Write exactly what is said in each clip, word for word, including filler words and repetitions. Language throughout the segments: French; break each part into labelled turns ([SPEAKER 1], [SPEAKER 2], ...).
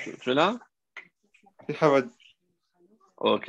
[SPEAKER 1] Tu es là?
[SPEAKER 2] Et Hawad.
[SPEAKER 1] Ok.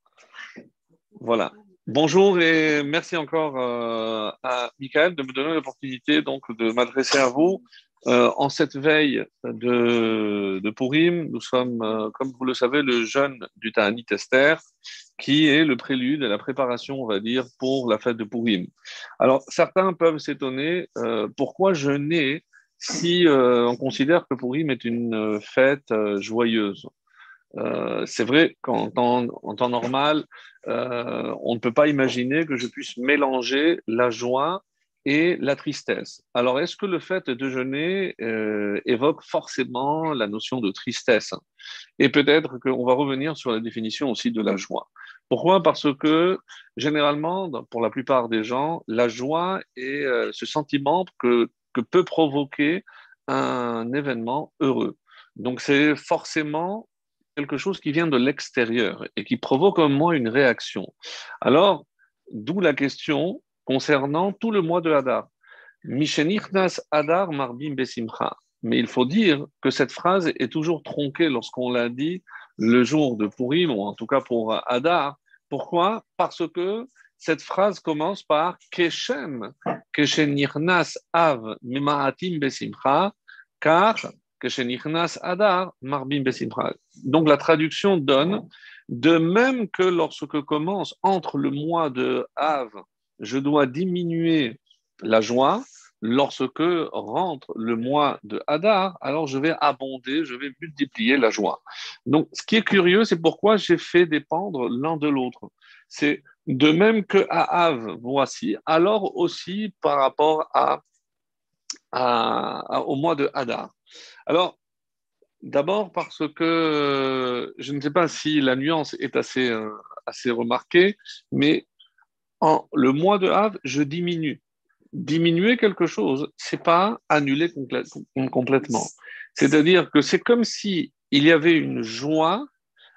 [SPEAKER 1] Voilà. Bonjour et merci encore euh, à Michael de me donner l'opportunité donc de m'adresser à vous. Euh, en cette veille de, de Purim, nous sommes, euh, comme vous le savez, le jeûne du Ta'anit Esther, qui est le prélude et la préparation, on va dire, pour la fête de Purim. Alors, certains peuvent s'étonner euh, pourquoi jeûner si euh, on considère que Purim est une fête euh, joyeuse. Euh, c'est vrai qu'en temps, en temps normal, euh, on ne peut pas imaginer que je puisse mélanger la joie et la tristesse. Alors, est-ce que le fait de jeûner euh, évoque forcément la notion de tristesse? Et peut-être qu'on va revenir sur la définition aussi de la joie. Pourquoi? Parce que généralement, pour la plupart des gens, la joie est euh, ce sentiment que, que peut provoquer un événement heureux. Donc, c'est forcément quelque chose qui vient de l'extérieur et qui provoque en moi une réaction. Alors, d'où la question concernant tout le mois de Hadar. Mishenichnas Hadar Marbim Besimcha. Mais il faut dire que cette phrase est toujours tronquée lorsqu'on l'a dit le jour de Purim, ou en tout cas pour Hadar. Pourquoi? Parce que cette phrase commence par Keshem, Keshenichnas Av Mimaatim Besimcha, car Keshenichnas Hadar Marbim Besimcha. Donc la traduction donne, de même que lorsque commence entre le mois de Av, je dois diminuer la joie, lorsque rentre le mois de Hadar, alors je vais abonder, je vais multiplier la joie. Donc, ce qui est curieux, c'est pourquoi j'ai fait dépendre l'un de l'autre. C'est de même que à Av, voici, alors aussi par rapport à, à, à, au mois de Hadar. Alors, d'abord parce que je ne sais pas si la nuance est assez, euh, assez remarquée, mais en le mois de Av, je diminue. Diminuer quelque chose, c'est pas annuler complè- complètement. C'est-à-dire que c'est comme si il y avait une joie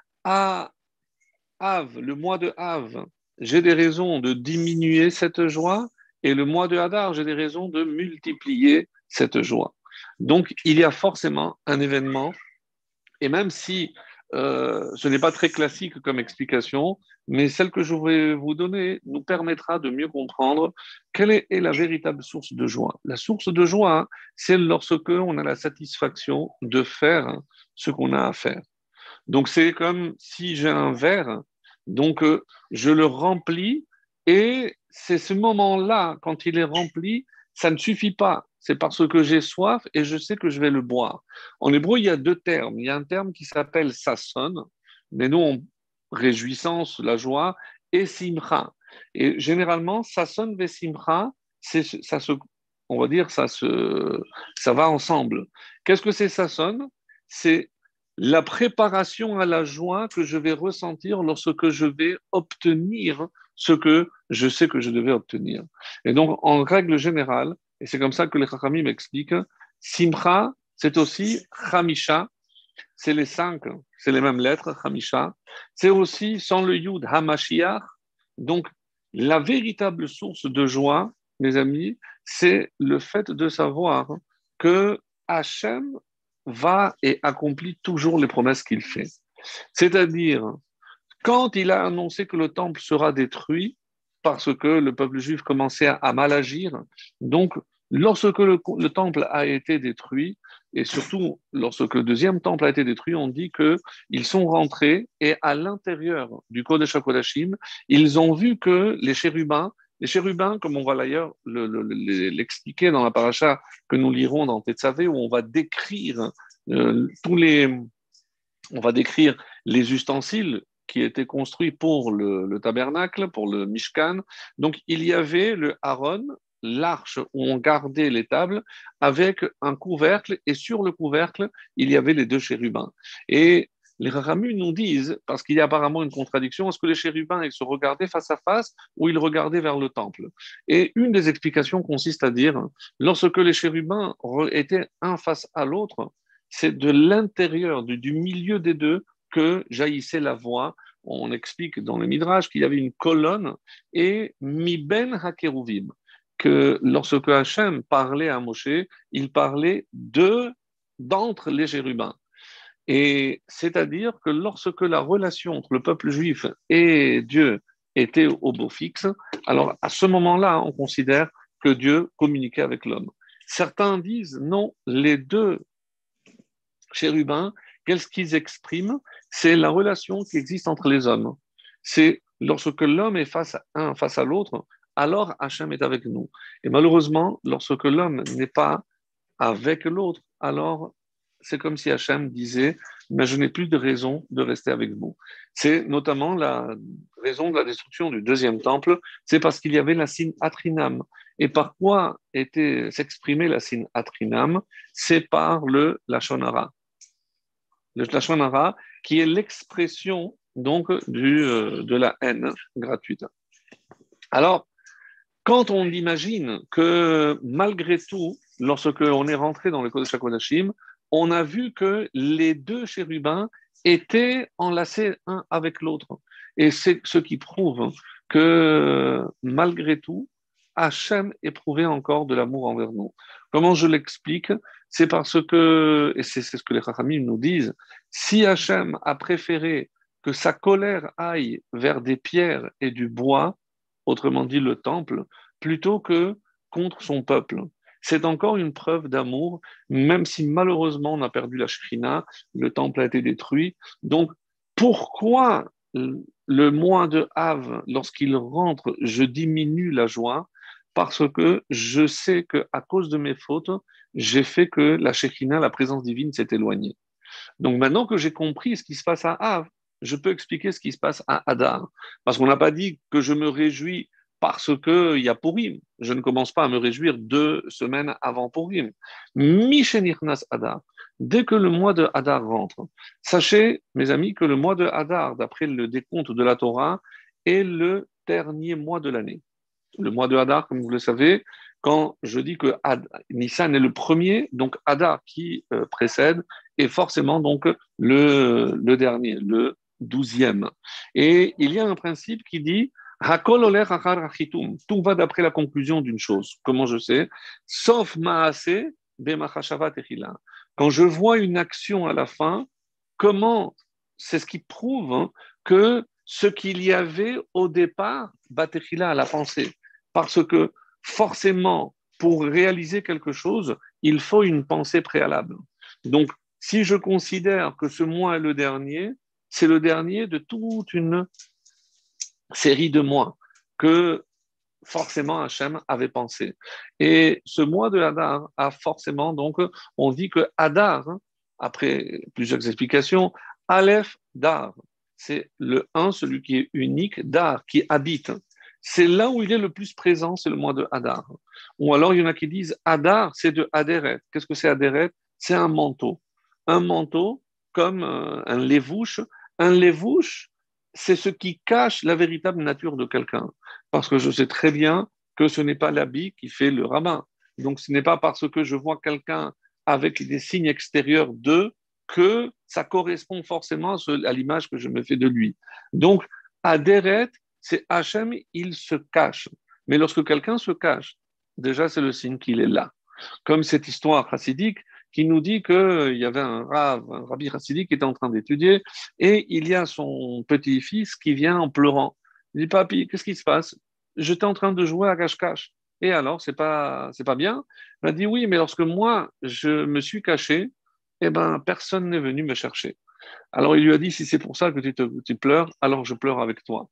[SPEAKER 1] à Av, le mois de Av, j'ai des raisons de diminuer cette joie, et le mois de Hadar, j'ai des raisons de multiplier cette joie. Donc, il y a forcément un événement, et même si euh, ce n'est pas très classique comme explication, mais celle que je vais vous donner nous permettra de mieux comprendre quelle est, est la véritable source de joie. La source de joie, hein, c'est lorsque on a la satisfaction de faire ce qu'on a à faire. Donc c'est comme si j'ai un verre, donc euh, je le remplis et c'est ce moment-là, quand il est rempli, ça ne suffit pas. C'est parce que j'ai soif et je sais que je vais le boire. En hébreu, il y a deux termes. Il y a un terme qui s'appelle sasson, mais nous, on réjouissance, la joie, et simcha. Et généralement, sasson et simcha, c'est, ça se, on va dire, ça se, ça va ensemble. Qu'est-ce que c'est sasson? C'est la préparation à la joie que je vais ressentir lorsque je vais obtenir ce que je sais que je devais obtenir. Et donc, en règle générale, et c'est comme ça que les Chachamim m'expliquent, Simcha, c'est aussi Chamisha, c'est les cinq, c'est les mêmes lettres, Chamisha. C'est aussi, sans le Yud, Hamashiach. Donc, la véritable source de joie, mes amis, c'est le fait de savoir que Hachem va et accomplit toujours les promesses qu'il fait. C'est-à-dire, quand il a annoncé que le temple sera détruit, parce que le peuple juif commençait à, à mal agir, donc lorsque le, le temple a été détruit, et surtout lorsque le deuxième temple a été détruit, on dit qu'ils sont rentrés et à l'intérieur du Kodesh HaKodashim, ils ont vu que les chérubins, les chérubins, comme on va d'ailleurs le, le, le, l'expliquer dans la paracha que nous lirons dans Tetzavé, où on va décrire euh, tous les, on va décrire les ustensiles qui étaient construits pour le, le tabernacle, pour le Mishkan. Donc, il y avait le Aaron, l'arche où on gardait les tables, avec un couvercle, et sur le couvercle, il y avait les deux chérubins. Et les Rahamim nous disent, parce qu'il y a apparemment une contradiction, est-ce que les chérubins ils se regardaient face à face ou ils regardaient vers le temple? Et une des explications consiste à dire, lorsque les chérubins étaient un face à l'autre, c'est de l'intérieur, du, du milieu des deux, que jaillissait la voix. On explique dans le Midrash qu'il y avait une colonne et mi ben hakeruvim, que lorsque Hachem parlait à Moshe, il parlait de d'entre les chérubins. Et c'est-à-dire que lorsque la relation entre le peuple juif et Dieu était au beau fixe, alors à ce moment-là, on considère que Dieu communiquait avec l'homme. Certains disent non, les deux chérubins, qu'est-ce qu'ils expriment? C'est la relation qui existe entre les hommes. C'est lorsque l'homme est face à un, face à l'autre, alors Hachem est avec nous. Et malheureusement, lorsque l'homme n'est pas avec l'autre, alors c'est comme si Hachem disait, mais je n'ai plus de raison de rester avec vous. C'est notamment la raison de la destruction du deuxième temple, c'est parce qu'il y avait la signe Atrinam. Et par quoi était s'exprimer la signe Atrinam? C'est par le Lachon Hara. Le Lachon Hara, qui est l'expression donc du, euh, de la haine gratuite. Alors, quand on imagine que malgré tout, lorsque on est rentré dans le Kodesh HaKodashim, on a vu que les deux chérubins étaient enlacés un avec l'autre. Et c'est ce qui prouve que malgré tout, Hachem éprouvait encore de l'amour envers nous. Comment je l'explique? C'est parce que, et c'est, c'est ce que les Chachamim nous disent, si Hachem a préféré que sa colère aille vers des pierres et du bois, autrement dit le temple, plutôt que contre son peuple. C'est encore une preuve d'amour, même si malheureusement on a perdu la Shrina, le temple a été détruit. Donc, pourquoi le mois de Av, lorsqu'il rentre, je diminue la joie? Parce que je sais qu'à cause de mes fautes, j'ai fait que la Shekhina, la présence divine, s'est éloignée. Donc maintenant que j'ai compris ce qui se passe à Av, je peux expliquer ce qui se passe à Hadar. Parce qu'on n'a pas dit que je me réjouis parce qu'il y a Purim. Je ne commence pas à me réjouir deux semaines avant Purim. Mishenirnas Hadar. Dès que le mois de Hadar rentre, sachez, mes amis, que le mois de Hadar, d'après le décompte de la Torah, est le dernier mois de l'année. Le mois de Hadar, comme vous le savez, quand je dis que Had, Nissan est le premier, donc Hadar qui euh, précède est forcément donc le, le dernier, le douzième. Et il y a un principe qui dit Hakol oler achar achitum. Tout va d'après la conclusion d'une chose. Comment je sais? Sauf maase bemachashava techila. Quand je vois une action à la fin, comment c'est ce qui prouve hein, que ce qu'il y avait au départ, batechila à la pensée. Parce que forcément, pour réaliser quelque chose, il faut une pensée préalable. Donc, si je considère que ce mois est le dernier, c'est le dernier de toute une série de mois que forcément Hachem avait pensé. Et ce mois de Hadar a forcément, donc, on dit que Hadar, après plusieurs explications, Aleph Dar, c'est le un, celui qui est unique, Dar, qui habite. C'est là où il est le plus présent, c'est le mois de Hadar. Ou alors il y en a qui disent Hadar, c'est de Haderet. Qu'est-ce que c'est Haderet? C'est un manteau. Un manteau comme un lévouche. Un lévouche, c'est ce qui cache la véritable nature de quelqu'un. Parce que je sais très bien que ce n'est pas l'habit qui fait le rabbin. Donc ce n'est pas parce que je vois quelqu'un avec des signes extérieurs d'eux que ça correspond forcément à l'image que je me fais de lui. Donc, Haderet, c'est Hachem, il se cache. Mais lorsque quelqu'un se cache, déjà c'est le signe qu'il est là. Comme cette histoire chassidique qui nous dit qu'il y avait un, rav, un rabbi chassidique qui était en train d'étudier et il y a son petit-fils qui vient en pleurant. Il dit, papy, qu'est-ce qui se passe? J'étais en train de jouer à cache-cache. Et alors, c'est pas, c'est pas bien? Il m'a dit, oui, mais lorsque moi, je me suis caché, eh ben, personne n'est venu me chercher. Alors, il lui a dit, si c'est pour ça que tu, te, tu pleures, alors je pleure avec toi.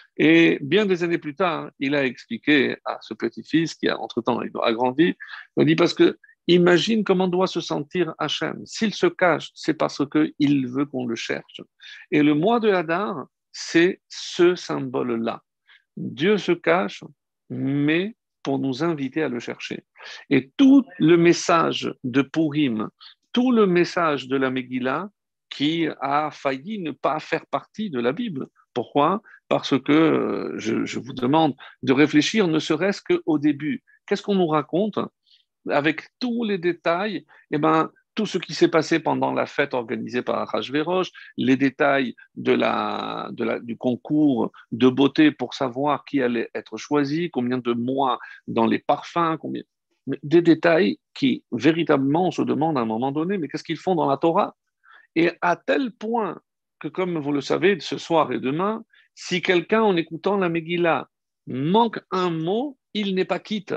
[SPEAKER 1] Et bien des années plus tard, il a expliqué à ce petit-fils qui a entre-temps agrandi, il a dit parce que imagine comment doit se sentir Hachem. S'il se cache, c'est parce qu'il veut qu'on le cherche. Et le mois de Hadar, c'est ce symbole-là. Dieu se cache, mais pour nous inviter à le chercher. Et tout le message de Purim, tout le message de la Megillah, qui a failli ne pas faire partie de la Bible. Pourquoi? Parce que je, je vous demande de réfléchir ne serait-ce qu'au début. Qu'est-ce qu'on nous raconte? Avec tous les détails, eh ben, tout ce qui s'est passé pendant la fête organisée par Achashverosh, les détails de la, de la, du concours de beauté pour savoir qui allait être choisi, combien de mois dans les parfums, combien... des détails qui, véritablement, on se demande à un moment donné, mais qu'est-ce qu'ils font dans la Torah? Et à tel point que, comme vous le savez, ce soir et demain, si quelqu'un, en écoutant la Megillah, manque un mot, il n'est pas quitte.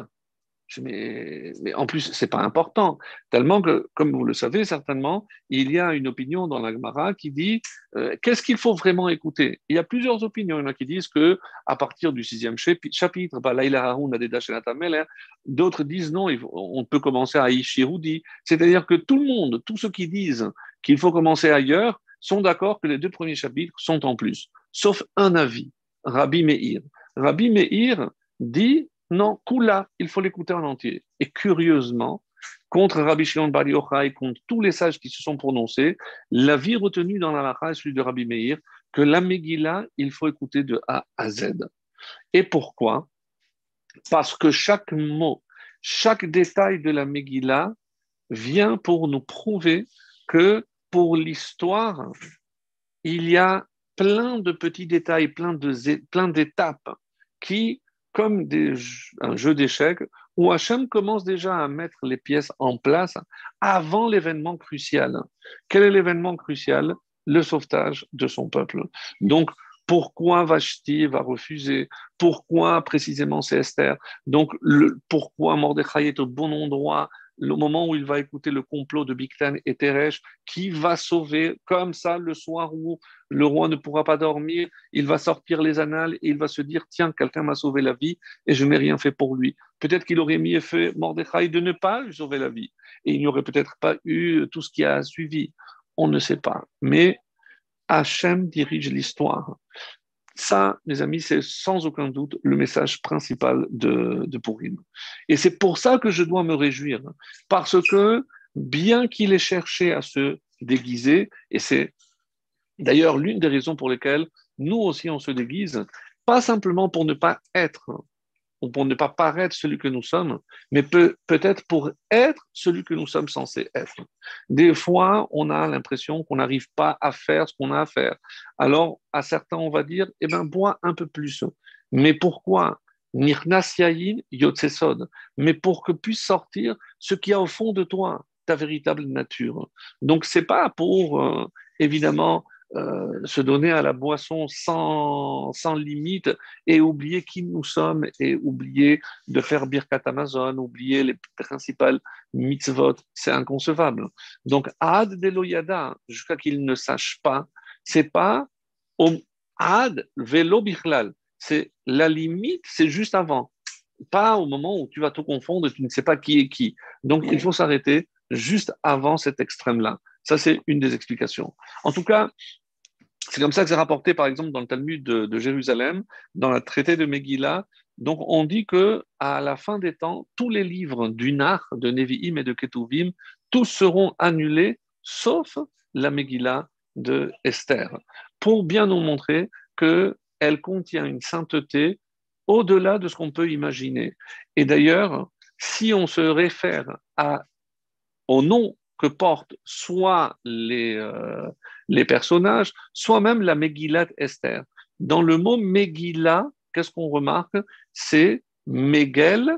[SPEAKER 1] Mais, mais en plus, c'est pas important, tellement que, comme vous le savez certainement, il y a une opinion dans la Gemara qui dit euh, qu'est-ce qu'il faut vraiment écouter. Il y a plusieurs opinions. Il y en a qui disent que à partir du sixième chapitre, bah, Laïla Haroun a des Dashenatamel, d'autres disent non, on peut commencer à Ishiroudi. C'est-à-dire que tout le monde, tous ceux qui disent qu'il faut commencer ailleurs, sont d'accord que les deux premiers chapitres sont en plus, sauf un avis, Rabbi Meir. Rabbi Meir dit non, Kula, il faut l'écouter en entier. Et curieusement, contre Rabbi Shimon Bar Yochai, contre tous les sages qui se sont prononcés, l'avis retenu dans la Lacha est celui de Rabbi Meir, que la Megillah, il faut écouter de A à Z. Et pourquoi? Parce que chaque mot, chaque détail de la Megillah vient pour nous prouver que pour l'histoire, il y a plein de petits détails, plein de, plein d'étapes qui comme des, un jeu d'échecs où Hachem commence déjà à mettre les pièces en place avant l'événement crucial. Quel est l'événement crucial? Le sauvetage de son peuple. Donc, pourquoi Vashti va refuser? Pourquoi précisément c'est Esther? Donc, le, pourquoi Mordechai est au bon endroit? Le moment où il va écouter le complot de Bigtan et Teresh, qui va sauver comme ça le soir où le roi ne pourra pas dormir, il va sortir les annales et il va se dire tiens, quelqu'un m'a sauvé la vie et je n'ai rien fait pour lui. Peut-être qu'il aurait mieux fait Mordechai de ne pas lui sauver la vie et il n'y aurait peut-être pas eu tout ce qui a suivi. On ne sait pas. Mais Hachem dirige l'histoire. Ça, mes amis, c'est sans aucun doute le message principal de, de Purim. Et c'est pour ça que je dois me réjouir. Parce que, bien qu'il ait cherché à se déguiser, et c'est d'ailleurs l'une des raisons pour lesquelles nous aussi on se déguise, pas simplement pour ne pas être, ou pour ne pas paraître celui que nous sommes, mais peut, peut-être pour être celui que nous sommes censés être. Des fois, on a l'impression qu'on n'arrive pas à faire ce qu'on a à faire. Alors, à certains, on va dire, eh bien, bois un peu plus. Mais pourquoi? Nirnas yayin yotsesod. Mais pour que puisse sortir ce qu'il y a au fond de toi, ta véritable nature. Donc, c'est pas pour, euh, évidemment, Euh, se donner à la boisson sans, sans limite et oublier qui nous sommes et oublier de faire Birkat Amazon, oublier les principales mitzvot, c'est inconcevable. Donc, Ad Deloyada, jusqu'à qu'il ne sache pas, c'est pas Ad Velo Bichlal, c'est la limite, c'est juste avant, pas au moment où tu vas tout confondre et tu ne sais pas qui est qui. Donc, il faut s'arrêter juste avant cet extrême-là. Ça, c'est une des explications. En tout cas, c'est comme ça que c'est rapporté, par exemple, dans le Talmud de, de Jérusalem, dans le traité de Megillah. Donc, on dit que à la fin des temps, tous les livres du Nar, de Nevi'im et de Ketuvim, tous seront annulés, sauf la Megillah de Esther, pour bien nous montrer qu'elle contient une sainteté au-delà de ce qu'on peut imaginer. Et d'ailleurs, si on se réfère à, au nom que portent soit les, euh, les personnages, soit même la Megillat Esther. Dans le mot Megillah, qu'est-ce qu'on remarque? C'est Megel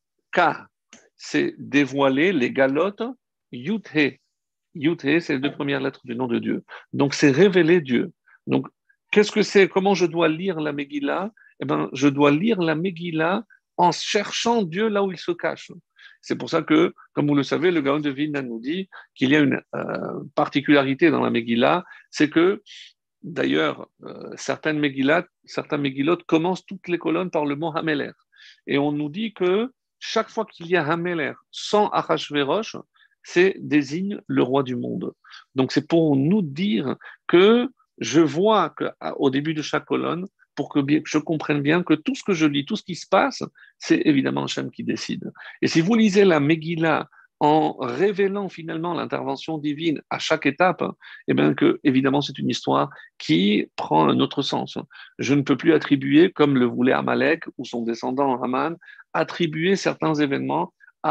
[SPEAKER 1] Ka. C'est dévoiler les galotes Yud-He. Yud-He, c'est les deux premières lettres du nom de Dieu. Donc, c'est révéler Dieu. Donc, qu'est-ce que c'est? Comment je dois lire la Megillah? Eh bien, je dois lire la Megillah en cherchant Dieu là où il se cache. C'est pour ça que, comme vous le savez, le Gaon de Vilna nous dit qu'il y a une euh, particularité dans la Megillah, c'est que, d'ailleurs, euh, certaines Megillat, certains Megillot commencent toutes les colonnes par le mot Hameler. Et on nous dit que chaque fois qu'il y a Hameler sans Achashverosh, c'est désigne le roi du monde. Donc c'est pour nous dire que je vois qu'au début de chaque colonne, pour que je comprenne bien que tout ce que je lis, tout ce qui se passe, c'est évidemment Hachem qui décide. Et si vous lisez la Megillah en révélant finalement l'intervention divine à chaque étape, eh bien que évidemment c'est une histoire qui prend un autre sens. Je ne peux plus attribuer, comme le voulait Amalek ou son descendant Haman, attribuer certains événements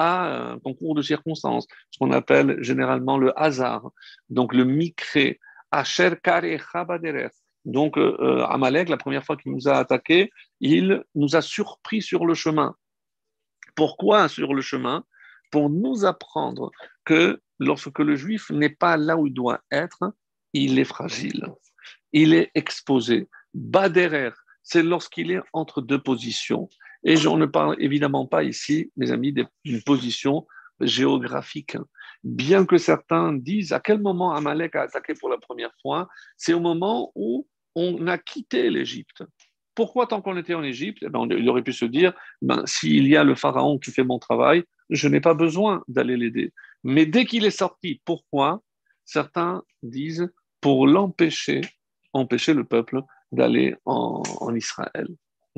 [SPEAKER 1] à un concours de circonstances, ce qu'on appelle généralement le hasard, donc le mikré, Asher Karecha Baderech. Donc, euh, Amalek, la première fois qu'il nous a attaqués, il nous a surpris sur le chemin. Pourquoi sur le chemin? Pour nous apprendre que lorsque le juif n'est pas là où il doit être, il est fragile, il est exposé. Baderer, c'est lorsqu'il est entre deux positions. Et je ne parle évidemment pas ici, mes amis, d'une position géographique. Bien que certains disent à quel moment Amalek a attaqué pour la première fois, c'est au moment où on a quitté l'Égypte. Pourquoi tant qu'on était en Égypte, eh ben, il aurait pu se dire, ben, s'il y a le pharaon qui fait mon travail, je n'ai pas besoin d'aller l'aider. Mais dès qu'il est sorti, pourquoi? Certains disent pour l'empêcher, empêcher le peuple d'aller en, en Israël.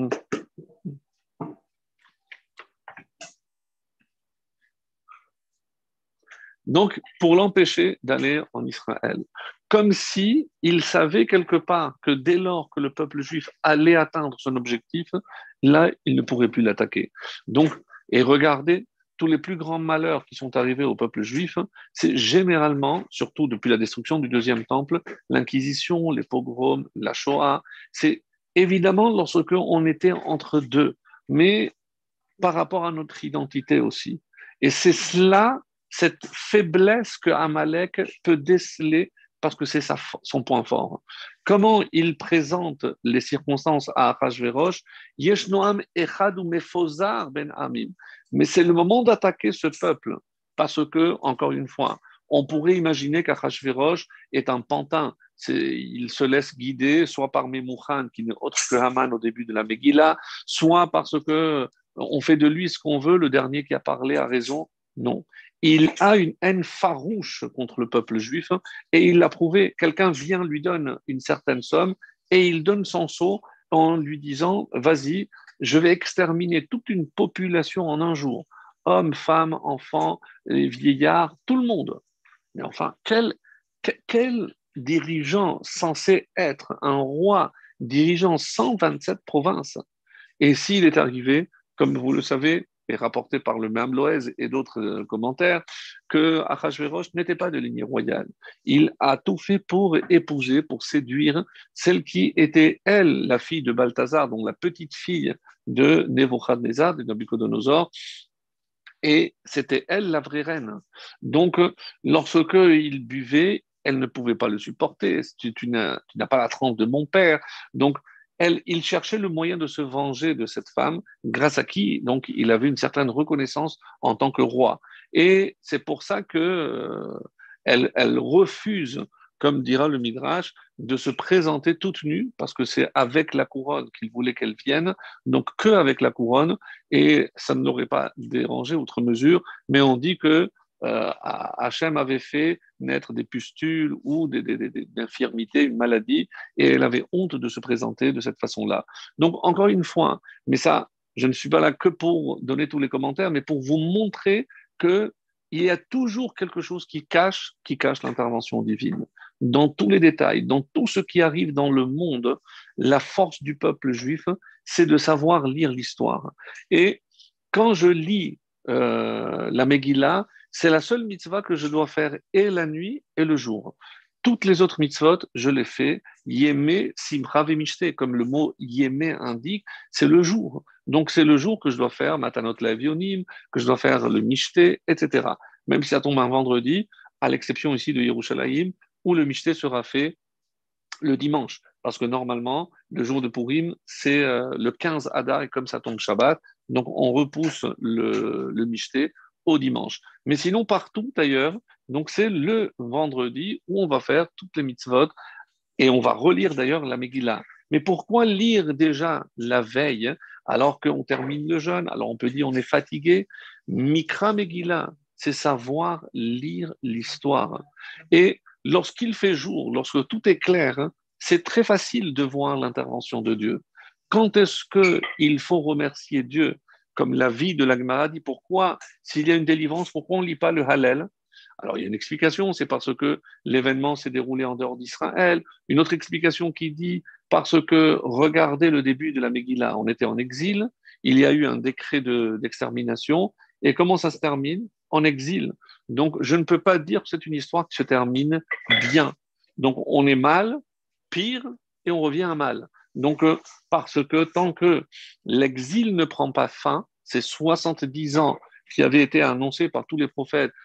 [SPEAKER 1] Donc, pour l'empêcher d'aller en Israël. Comme si il savait quelque part que dès lors que le peuple juif allait atteindre son objectif, là, il ne pourrait plus l'attaquer. Donc, et regardez, tous les plus grands malheurs qui sont arrivés au peuple juif, c'est généralement, surtout depuis la destruction du deuxième temple, l'Inquisition, les pogroms, la Shoah. C'est évidemment lorsque on était entre deux, mais par rapport à notre identité aussi. Et c'est cela, cette faiblesse que Amalek peut déceler parce que c'est sa, son point fort. Comment il présente les circonstances à Achashverosh? Yesh noam echad ou mefozar ben amim. Mais c'est le moment d'attaquer ce peuple parce que, encore une fois, on pourrait imaginer qu'Achashverosh est un pantin. C'est, il se laisse guider soit par Memouchan, qui n'est autre que Haman au début de la Megillah, soit parce que on fait de lui ce qu'on veut, le dernier qui a parlé a raison. Non. Il a une haine farouche contre le peuple juif et il l'a prouvé. Quelqu'un vient, lui donne une certaine somme et il donne son sceau en lui disant, vas-y, je vais exterminer toute une population en un jour. Hommes, femmes, enfants, vieillards, tout le monde. Mais enfin, quel, quel dirigeant censé être un roi dirigeant cent vingt-sept provinces? Et s'il est arrivé, comme vous le savez, et rapporté par le même Loez et d'autres euh, commentaires, que Achashverosh n'était pas de lignée royale. Il a tout fait pour épouser, pour séduire celle qui était, elle, la fille de Balthazar, donc la petite fille de Nebuchadnezzar, de Nabucodonosor, et c'était elle la vraie reine. Donc, lorsque il buvait, elle ne pouvait pas le supporter. Tu, tu n'as, tu n'as pas la trempe de mon père. Donc, elle, il cherchait le moyen de se venger de cette femme, grâce à qui, donc, il avait une certaine reconnaissance en tant que roi. Et c'est pour ça que euh, elle, elle refuse, comme dira le Midrash, de se présenter toute nue, parce que c'est avec la couronne qu'il voulait qu'elle vienne, donc que avec la couronne, et ça ne l'aurait pas dérangé outre mesure, mais on dit que euh, Hachem avait fait naître des pustules ou des, des, des, des infirmités, une maladie, et elle avait honte de se présenter de cette façon-là. Donc, encore une fois, mais ça, je ne suis pas là que pour donner tous les commentaires, mais pour vous montrer que il y a toujours quelque chose qui cache, qui cache l'intervention divine. Dans tous les détails, dans tout ce qui arrive dans le monde, la force du peuple juif, c'est de savoir lire l'histoire. Et quand je lis euh, la Megillah, c'est la seule mitzvah que je dois faire et la nuit et le jour. Toutes les autres mitzvot, je les fais yémé simcha vemishte, comme le mot yémé indique, c'est le jour. Donc c'est le jour que je dois faire matanot lavionim, que je dois faire le mishte, et cetera. Même si ça tombe un vendredi, à l'exception ici de Yerushalayim, où le mishte sera fait le dimanche. Parce que normalement, le jour de Purim, c'est euh, le quinze Adar, et comme ça tombe Shabbat, donc on repousse le, le Mishté au dimanche. Mais sinon, partout ailleurs, donc c'est le vendredi où on va faire toutes les mitzvot, et on va relire d'ailleurs la Megillah. Mais pourquoi lire déjà la veille, alors qu'on termine le jeûne? Alors on peut dire on est fatigué. Mikra Megillah, c'est savoir lire l'histoire. Et lorsqu'il fait jour, lorsque tout est clair, hein, c'est très facile de voir l'intervention de Dieu. Quand est-ce qu'il faut remercier Dieu? Comme la vie de l'Agmara dit, pourquoi, s'il y a une délivrance, pourquoi on ne lit pas le Hallel? Alors il y a une explication, c'est parce que l'événement s'est déroulé en dehors d'Israël. Une autre explication qui dit, parce que regardez le début de la Megillah, on était en exil, il y a eu un décret de, d'extermination, et comment ça se termine? En exil. Donc, je ne peux pas dire que c'est une histoire qui se termine bien. Donc, on est mal, pire, et on revient à mal. Donc, euh, parce que tant que l'exil ne prend pas fin, ces soixante-dix ans qui avaient été annoncés par tous les prophètes,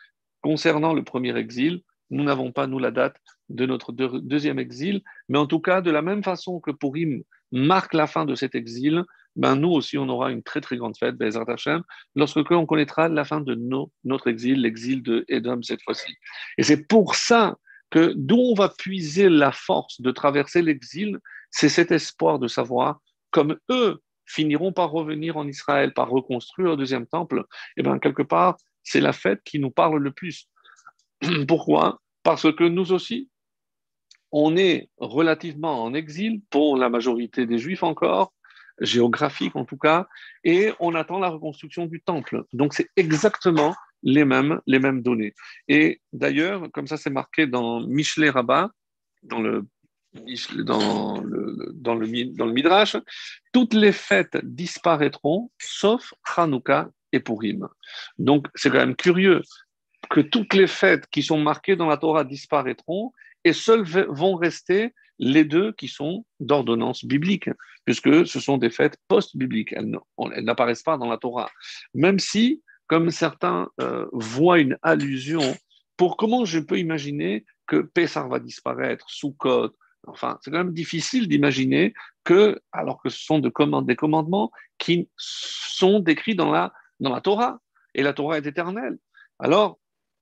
[SPEAKER 1] Concernant le premier exil, nous n'avons pas, nous, la date de notre deux- deuxième exil, mais en tout cas, de la même façon que Purim marque la fin de cet exil, ben nous aussi, on aura une très très grande fête, Be'ezrat Hashem, lorsque on connaîtra la fin de nos- notre exil, l'exil de Édom cette fois-ci. Et c'est pour ça que d'où on va puiser la force de traverser l'exil, c'est cet espoir de savoir, comme eux finiront par revenir en Israël, par reconstruire le deuxième temple, et bien quelque part, c'est la fête qui nous parle le plus. Pourquoi? Parce que nous aussi, on est relativement en exil pour la majorité des Juifs encore, géographique en tout cas, et on attend la reconstruction du temple. Donc c'est exactement les mêmes, les mêmes données. Et d'ailleurs, comme ça c'est marqué dans Mishlei Rabbah, dans le, dans le, dans le, dans le Midrash, toutes les fêtes disparaîtront sauf Hanouka et Purim. Donc c'est quand même curieux que toutes les fêtes qui sont marquées dans la Torah disparaîtront et seuls vont rester les deux qui sont d'ordonnance biblique, puisque ce sont des fêtes post-bibliques. Elles, elles n'apparaissent pas dans la Torah. Même si, comme certains euh, voient une allusion, pour comment je peux imaginer que Pessah va disparaître, Sukkot, enfin, c'est quand même difficile d'imaginer que, alors que ce sont de command, des commandements qui sont décrits dans la, dans la Torah, et la Torah est éternelle. Alors,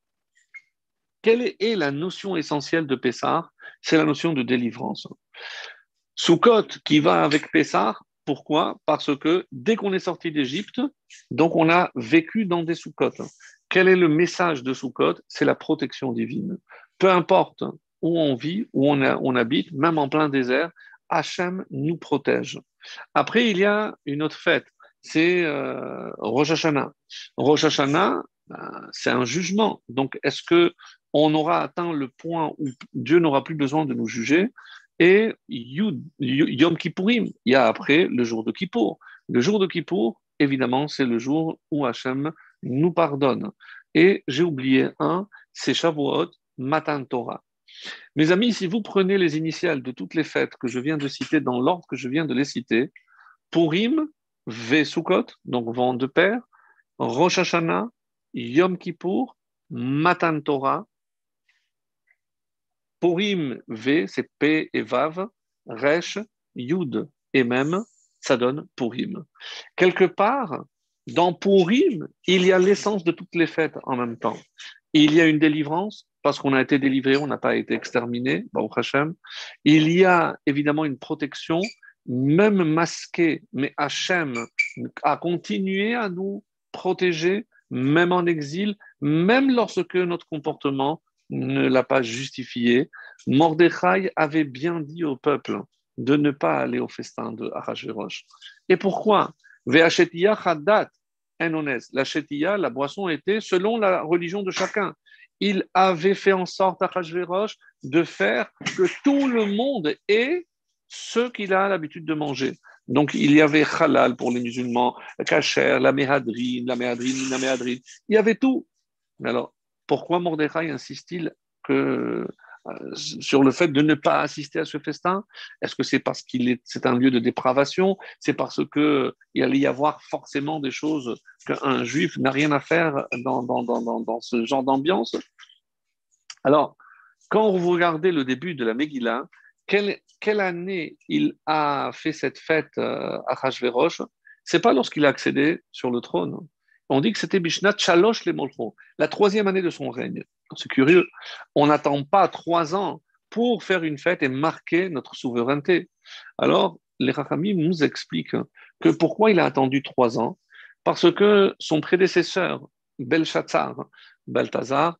[SPEAKER 1] quelle est la notion essentielle de Pessah? C'est la notion de délivrance. Sukkot qui va avec Pessah, pourquoi? Parce que dès qu'on est sorti d'Égypte, donc on a vécu dans des Sukkot. Quel est le message de Sukkot? C'est la protection divine. Peu importe où on vit, où on, a, on habite, même en plein désert, Hachem nous protège. Après, il y a une autre fête, c'est euh, Rosh Hashanah. Rosh Hashanah, ben, c'est un jugement. Donc, est-ce que on aura atteint le point où Dieu n'aura plus besoin de nous juger? Et Yud, Yom Kippourim, il y a après le jour de Kippour. Le jour de Kippour, évidemment, c'est le jour où Hachem nous pardonne. Et j'ai oublié un, c'est Shavuot, Matan Torah. Mes amis, si vous prenez les initiales de toutes les fêtes que je viens de citer dans l'ordre que je viens de les citer, Purim, V Sukkot, donc vent de père, Rosh Hashanah, Yom Kippour, Matan Torah, Purim, V, c'est P et Vav, Resh, Yud et Mem, ça donne Purim. Quelque part, dans Purim, il y a l'essence de toutes les fêtes en même temps. Il y a une délivrance, parce qu'on a été délivré, on n'a pas été exterminé, Baruch Hashem. Il y a évidemment une protection, même masquée, mais Hashem a continué à nous protéger, même en exil, même lorsque notre comportement ne l'a pas justifié. Mordechai avait bien dit au peuple de ne pas aller au festin de Ahashverosh. Et pourquoi? Ve'ashetia chadat enones. La shetia, la boisson était selon la religion de chacun. Il avait fait en sorte, Ahashverosh, de faire que tout le monde ait ce qu'il a l'habitude de manger. Donc, il y avait halal pour les musulmans, kasher, la méhadrine, la méhadrine, la méhadrine. Il y avait tout. Alors, pourquoi Mordechai insiste-t-il que, euh, sur le fait de ne pas assister à ce festin? Est-ce que c'est parce qu'il est, c'est un lieu de dépravation? C'est parce qu'il allait y avoir forcément des choses qu'un juif n'a rien à faire dans, dans, dans, dans, dans ce genre d'ambiance? Alors, quand vous regardez le début de la Megillah, quelle, quelle année il a fait cette fête euh, à Achashverosh? C'est pas lorsqu'il a accédé sur le trône. On dit que c'était Bishnat Shalosh les Molcho, la troisième année de son règne. C'est curieux. On n'attend pas trois ans pour faire une fête et marquer notre souveraineté. Alors, les Rachamim nous expliquent que pourquoi il a attendu trois ans? Parce que son prédécesseur, Belshazzar, Balthazar,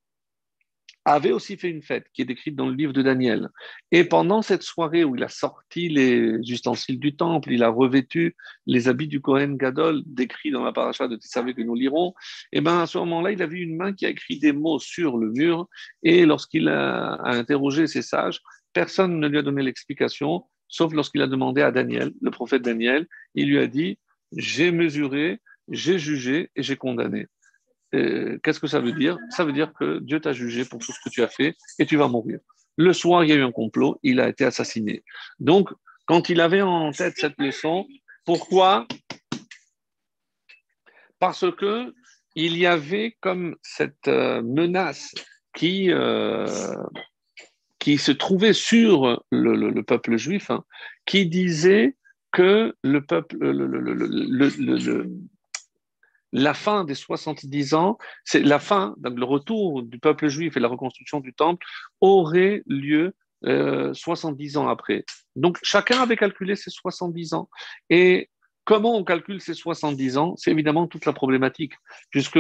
[SPEAKER 1] avait aussi fait une fête qui est décrite dans le livre de Daniel. Et pendant cette soirée où il a sorti les ustensiles du temple, il a revêtu les habits du Kohen Gadol décrits dans la paracha de Tessavé que nous lirons, et bien à ce moment-là, il a vu une main qui a écrit des mots sur le mur. Et lorsqu'il a, a interrogé ses sages, personne ne lui a donné l'explication, sauf lorsqu'il a demandé à Daniel, le prophète Daniel, il lui a dit, j'ai mesuré, j'ai jugé et j'ai condamné. Euh, qu'est-ce que ça veut dire? Ça veut dire que Dieu t'a jugé pour tout ce que tu as fait et tu vas mourir. Le soir, il y a eu un complot, il a été assassiné. Donc, quand il avait en tête cette leçon, pourquoi? Parce que il y avait comme cette euh, menace qui, euh, qui se trouvait sur le, le- le peuple juif, hein, qui disait que le peuple, le, le- le- le- le- le- la fin des soixante-dix ans, c'est la fin, donc le retour du peuple juif et la reconstruction du temple aurait lieu euh, soixante-dix ans après. Donc chacun avait calculé ses soixante-dix ans. Et comment on calcule ces soixante-dix ans? C'est évidemment toute la problématique, puisque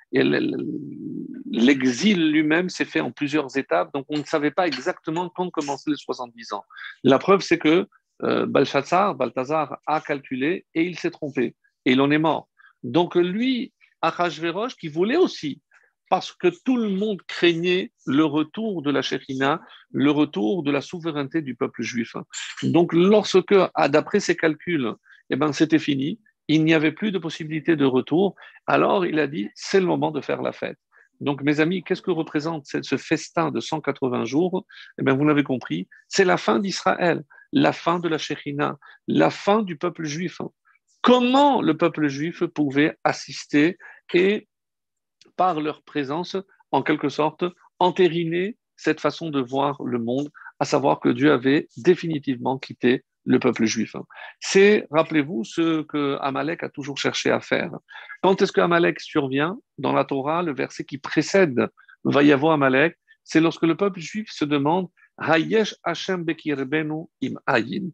[SPEAKER 1] l'exil lui-même s'est fait en plusieurs étapes, donc on ne savait pas exactement quand commençaient les soixante-dix ans. La preuve, c'est que euh, Belshazzar, Balthazar a calculé et il s'est trompé, et il en est mort. Donc lui, Achashverosh, qui voulait aussi, parce que tout le monde craignait le retour de la Shekhinah, le retour de la souveraineté du peuple juif. Donc lorsque, d'après ses calculs, eh ben, c'était fini, il n'y avait plus de possibilité de retour, alors il a dit, c'est le moment de faire la fête. Donc mes amis, qu'est-ce que représente ce festin de cent quatre-vingts jours? Eh bien, vous l'avez compris, c'est la fin d'Israël, la fin de la Shekhinah, la fin du peuple juif. Comment le peuple juif pouvait assister et, par leur présence, en quelque sorte, entériner cette façon de voir le monde, à savoir que Dieu avait définitivement quitté le peuple juif. C'est, rappelez-vous, ce que Amalek a toujours cherché à faire. Quand est-ce que Amalek survient? Dans la Torah, le verset qui précède Vayavo Amalek, c'est lorsque le peuple juif se demande Hayesh Hashem bekirbenu im ayin.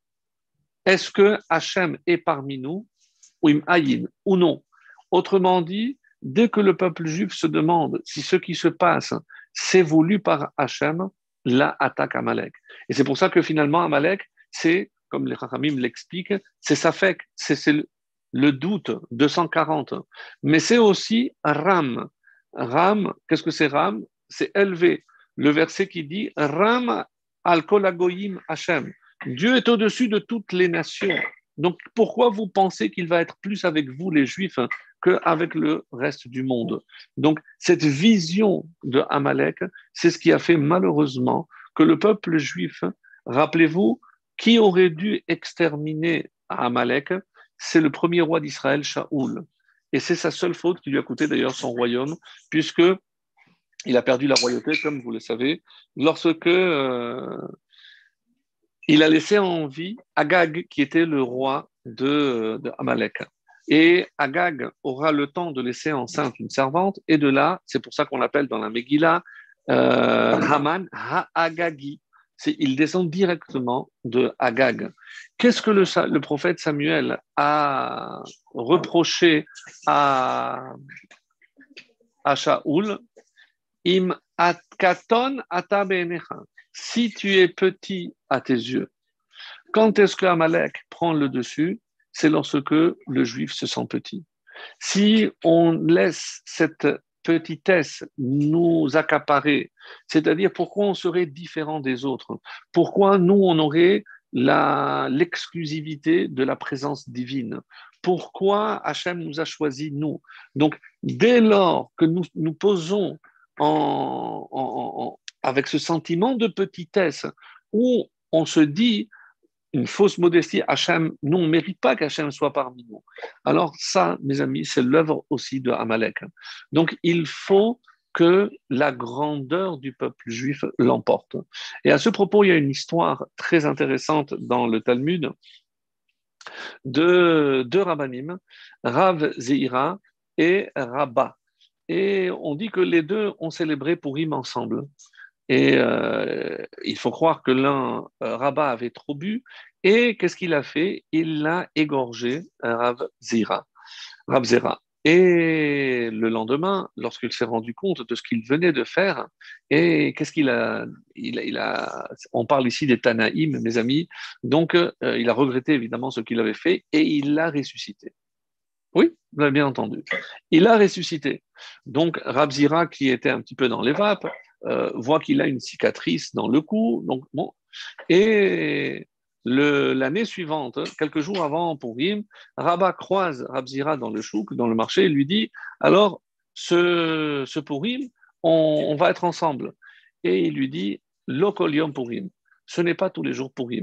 [SPEAKER 1] Est-ce que Hachem est parmi nous, ou im ayin, ou non? Autrement dit, dès que le peuple juif se demande si ce qui se passe, c'est voulu par Hachem, là attaque Amalek. Et c'est pour ça que finalement, Amalek, c'est, comme les Chachamim l'expliquent, c'est Safek, c'est, c'est le, le doute, deux cent quarante. Mais c'est aussi Ram. Ram, qu'est-ce que c'est Ram? C'est élevé. Le verset qui dit Ram al kol hagoyim Hachem. Dieu est au-dessus de toutes les nations. Donc, pourquoi vous pensez qu'il va être plus avec vous, les Juifs, qu'avec le reste du monde? Donc, cette vision de Amalek, c'est ce qui a fait malheureusement que le peuple juif, rappelez-vous, qui aurait dû exterminer Amalek, c'est le premier roi d'Israël, Shaoul. Et c'est sa seule faute qui lui a coûté d'ailleurs son royaume, puisque il a perdu la royauté, comme vous le savez, lorsque euh, il a laissé en vie Agag, qui était le roi de, de Amalek. Et Agag aura le temps de laisser enceinte une servante, et de là, c'est pour ça qu'on l'appelle dans la Megillah euh, Haman Ha-Agagi. C'est, il descend directement de Agag. Qu'est-ce que le, le prophète Samuel a reproché à, à Shaoul? Im atkaton ata be'enecha. Si tu es petit à tes yeux. Quand est-ce que Amalek prend le dessus? C'est lorsque le juif se sent petit. Si on laisse cette petitesse nous accaparer, c'est-à-dire pourquoi on serait différent des autres, pourquoi nous on aurait la, l'exclusivité de la présence divine, pourquoi Hachem nous a choisis nous. Donc dès lors que nous nous posons en, en, en, avec ce sentiment de petitesse où on se dit une fausse modestie, Hachem, nous, on ne mérite pas qu'Hachem soit parmi nous. Alors ça, mes amis, c'est l'œuvre aussi de Amalek. Donc il faut que la grandeur du peuple juif l'emporte. Et à ce propos, il y a une histoire très intéressante dans le Talmud de deux rabbanim, Rav Zeira et Rabba. Et on dit que les deux ont célébré Purim ensemble. Et euh, il faut croire que l'un, euh, Rabat, avait trop bu. Et qu'est-ce qu'il a fait? Il l'a égorgé, Rav Zira, Rav Zera. Et le lendemain, lorsqu'il s'est rendu compte de ce qu'il venait de faire, et qu'est-ce qu'il a, il, il a, on parle ici des Tanaïm, mes amis, donc euh, il a regretté évidemment ce qu'il avait fait et il l'a ressuscité. Oui, vous l'avez bien entendu. Il a ressuscité. Donc, Rabzira, qui était un petit peu dans les vapes, euh, voit qu'il a une cicatrice dans le cou. Donc, bon. Et le, l'année suivante, quelques jours avant Purim, Rabat croise Rabzira dans le chouk, dans le marché, et lui dit, alors, ce, ce Purim, on, on va être ensemble. Et il lui dit, Lokolium Purim. Ce n'est pas tous les jours Purim.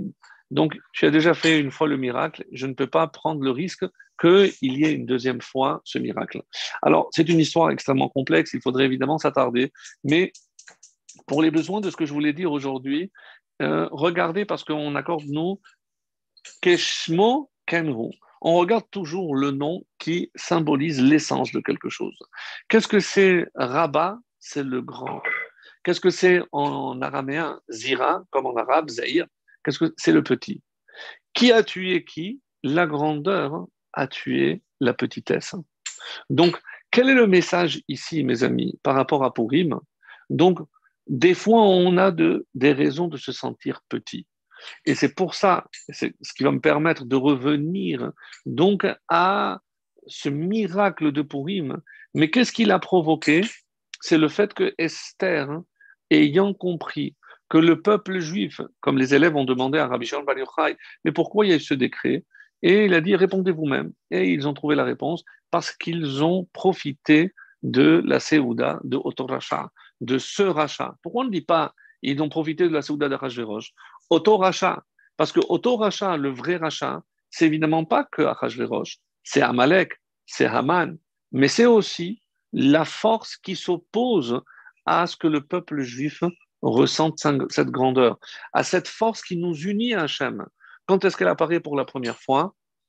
[SPEAKER 1] Donc, tu as déjà fait une fois le miracle, je ne peux pas prendre le risque qu'il y ait une deuxième fois ce miracle. Alors, c'est une histoire extrêmement complexe, il faudrait évidemment s'attarder, mais pour les besoins de ce que je voulais dire aujourd'hui, euh, regardez parce qu'on accorde, nous, Keshmo Kenhu. On regarde toujours le nom qui symbolise l'essence de quelque chose. Qu'est-ce que c'est Rabat? C'est le grand. Qu'est-ce que c'est en araméen Zira, comme en arabe Zahir? Qu'est-ce que c'est le petit? Qui a tué qui? La grandeur a tué la petitesse. Donc, quel est le message ici, mes amis, par rapport à Purim? Donc, des fois, on a de, des raisons de se sentir petit. Et c'est pour ça, c'est ce qui va me permettre de revenir donc à ce miracle de Purim. Mais qu'est-ce qui l'a provoqué? C'est le fait que Esther, ayant compris que le peuple juif, comme les élèves ont demandé à Rabbi Shimon Bar Yochai, mais pourquoi il y a eu ce décret? Et il a dit, répondez vous-même. Et ils ont trouvé la réponse parce qu'ils ont profité de la Séouda de Otoracha, de ce rachat. Pourquoi on ne dit pas, ils ont profité de la Séouda d'Achashverosh? Auto-rachat. Parce que auto-rachat, le vrai rachat, c'est évidemment pas que Achashverosh, c'est Amalek, c'est Haman, mais c'est aussi la force qui s'oppose à ce que le peuple juif ressente cette grandeur, à cette force qui nous unit à Hachem. Quand est-ce qu'elle apparaît pour la première fois?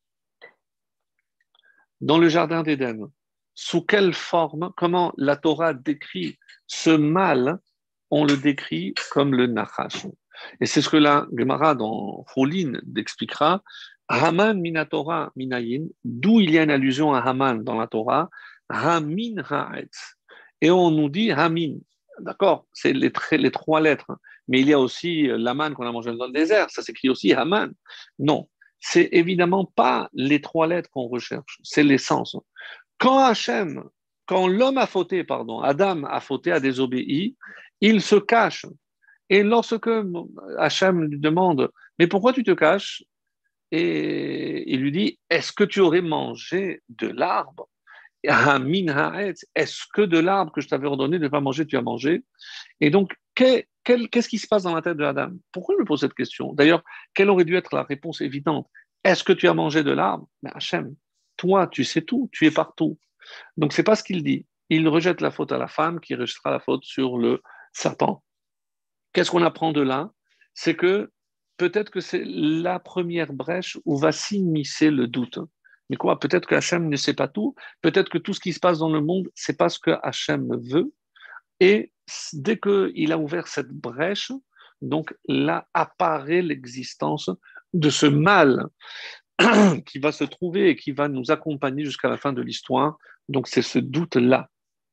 [SPEAKER 1] Dans le jardin d'Éden. Sous quelle forme? Comment la Torah décrit ce mal? On le décrit comme le Nachash. Et c'est ce que la Gemara dans Choulin expliquera. Haman minatora minayin, d'où il y a une allusion à Haman dans la Torah, Hamin ha'etz. Et on nous dit Hamin. D'accord, c'est les, les trois lettres. Mais il y a aussi l'Aman qu'on a mangé dans le désert. Ça s'écrit aussi Haman. Non, c'est évidemment pas les trois lettres qu'on recherche, c'est l'essence. Quand Hachem, quand l'homme a fauté, pardon, Adam a fauté, a désobéi, il se cache. Et lorsque Hachem lui demande, mais pourquoi tu te caches? Et il lui dit, est-ce que tu aurais mangé de l'arbre? Est-ce que de l'arbre que je t'avais ordonné de ne pas manger, tu as mangé? Et donc, qu'est-ce qui se passe dans la tête de Adam? Pourquoi il me pose cette question? D'ailleurs, quelle aurait dû être la réponse évidente? Est-ce que tu as mangé de l'arbre? Mais Hachem, toi, tu sais tout, tu es partout. Donc, c'est pas ce qu'il dit. Il rejette la faute à la femme qui rejettera la faute sur le serpent. Qu'est-ce qu'on apprend de là? C'est que peut-être que c'est la première brèche où va s'immiscer le doute. Mais quoi? Peut-être que Hachem ne sait pas tout. Peut-être que tout ce qui se passe dans le monde, c'est pas ce que Hachem veut. Et dès qu'il a ouvert cette brèche, donc là apparaît l'existence de ce mal qui va se trouver et qui va nous accompagner jusqu'à la fin de l'histoire. Donc c'est ce doute-là.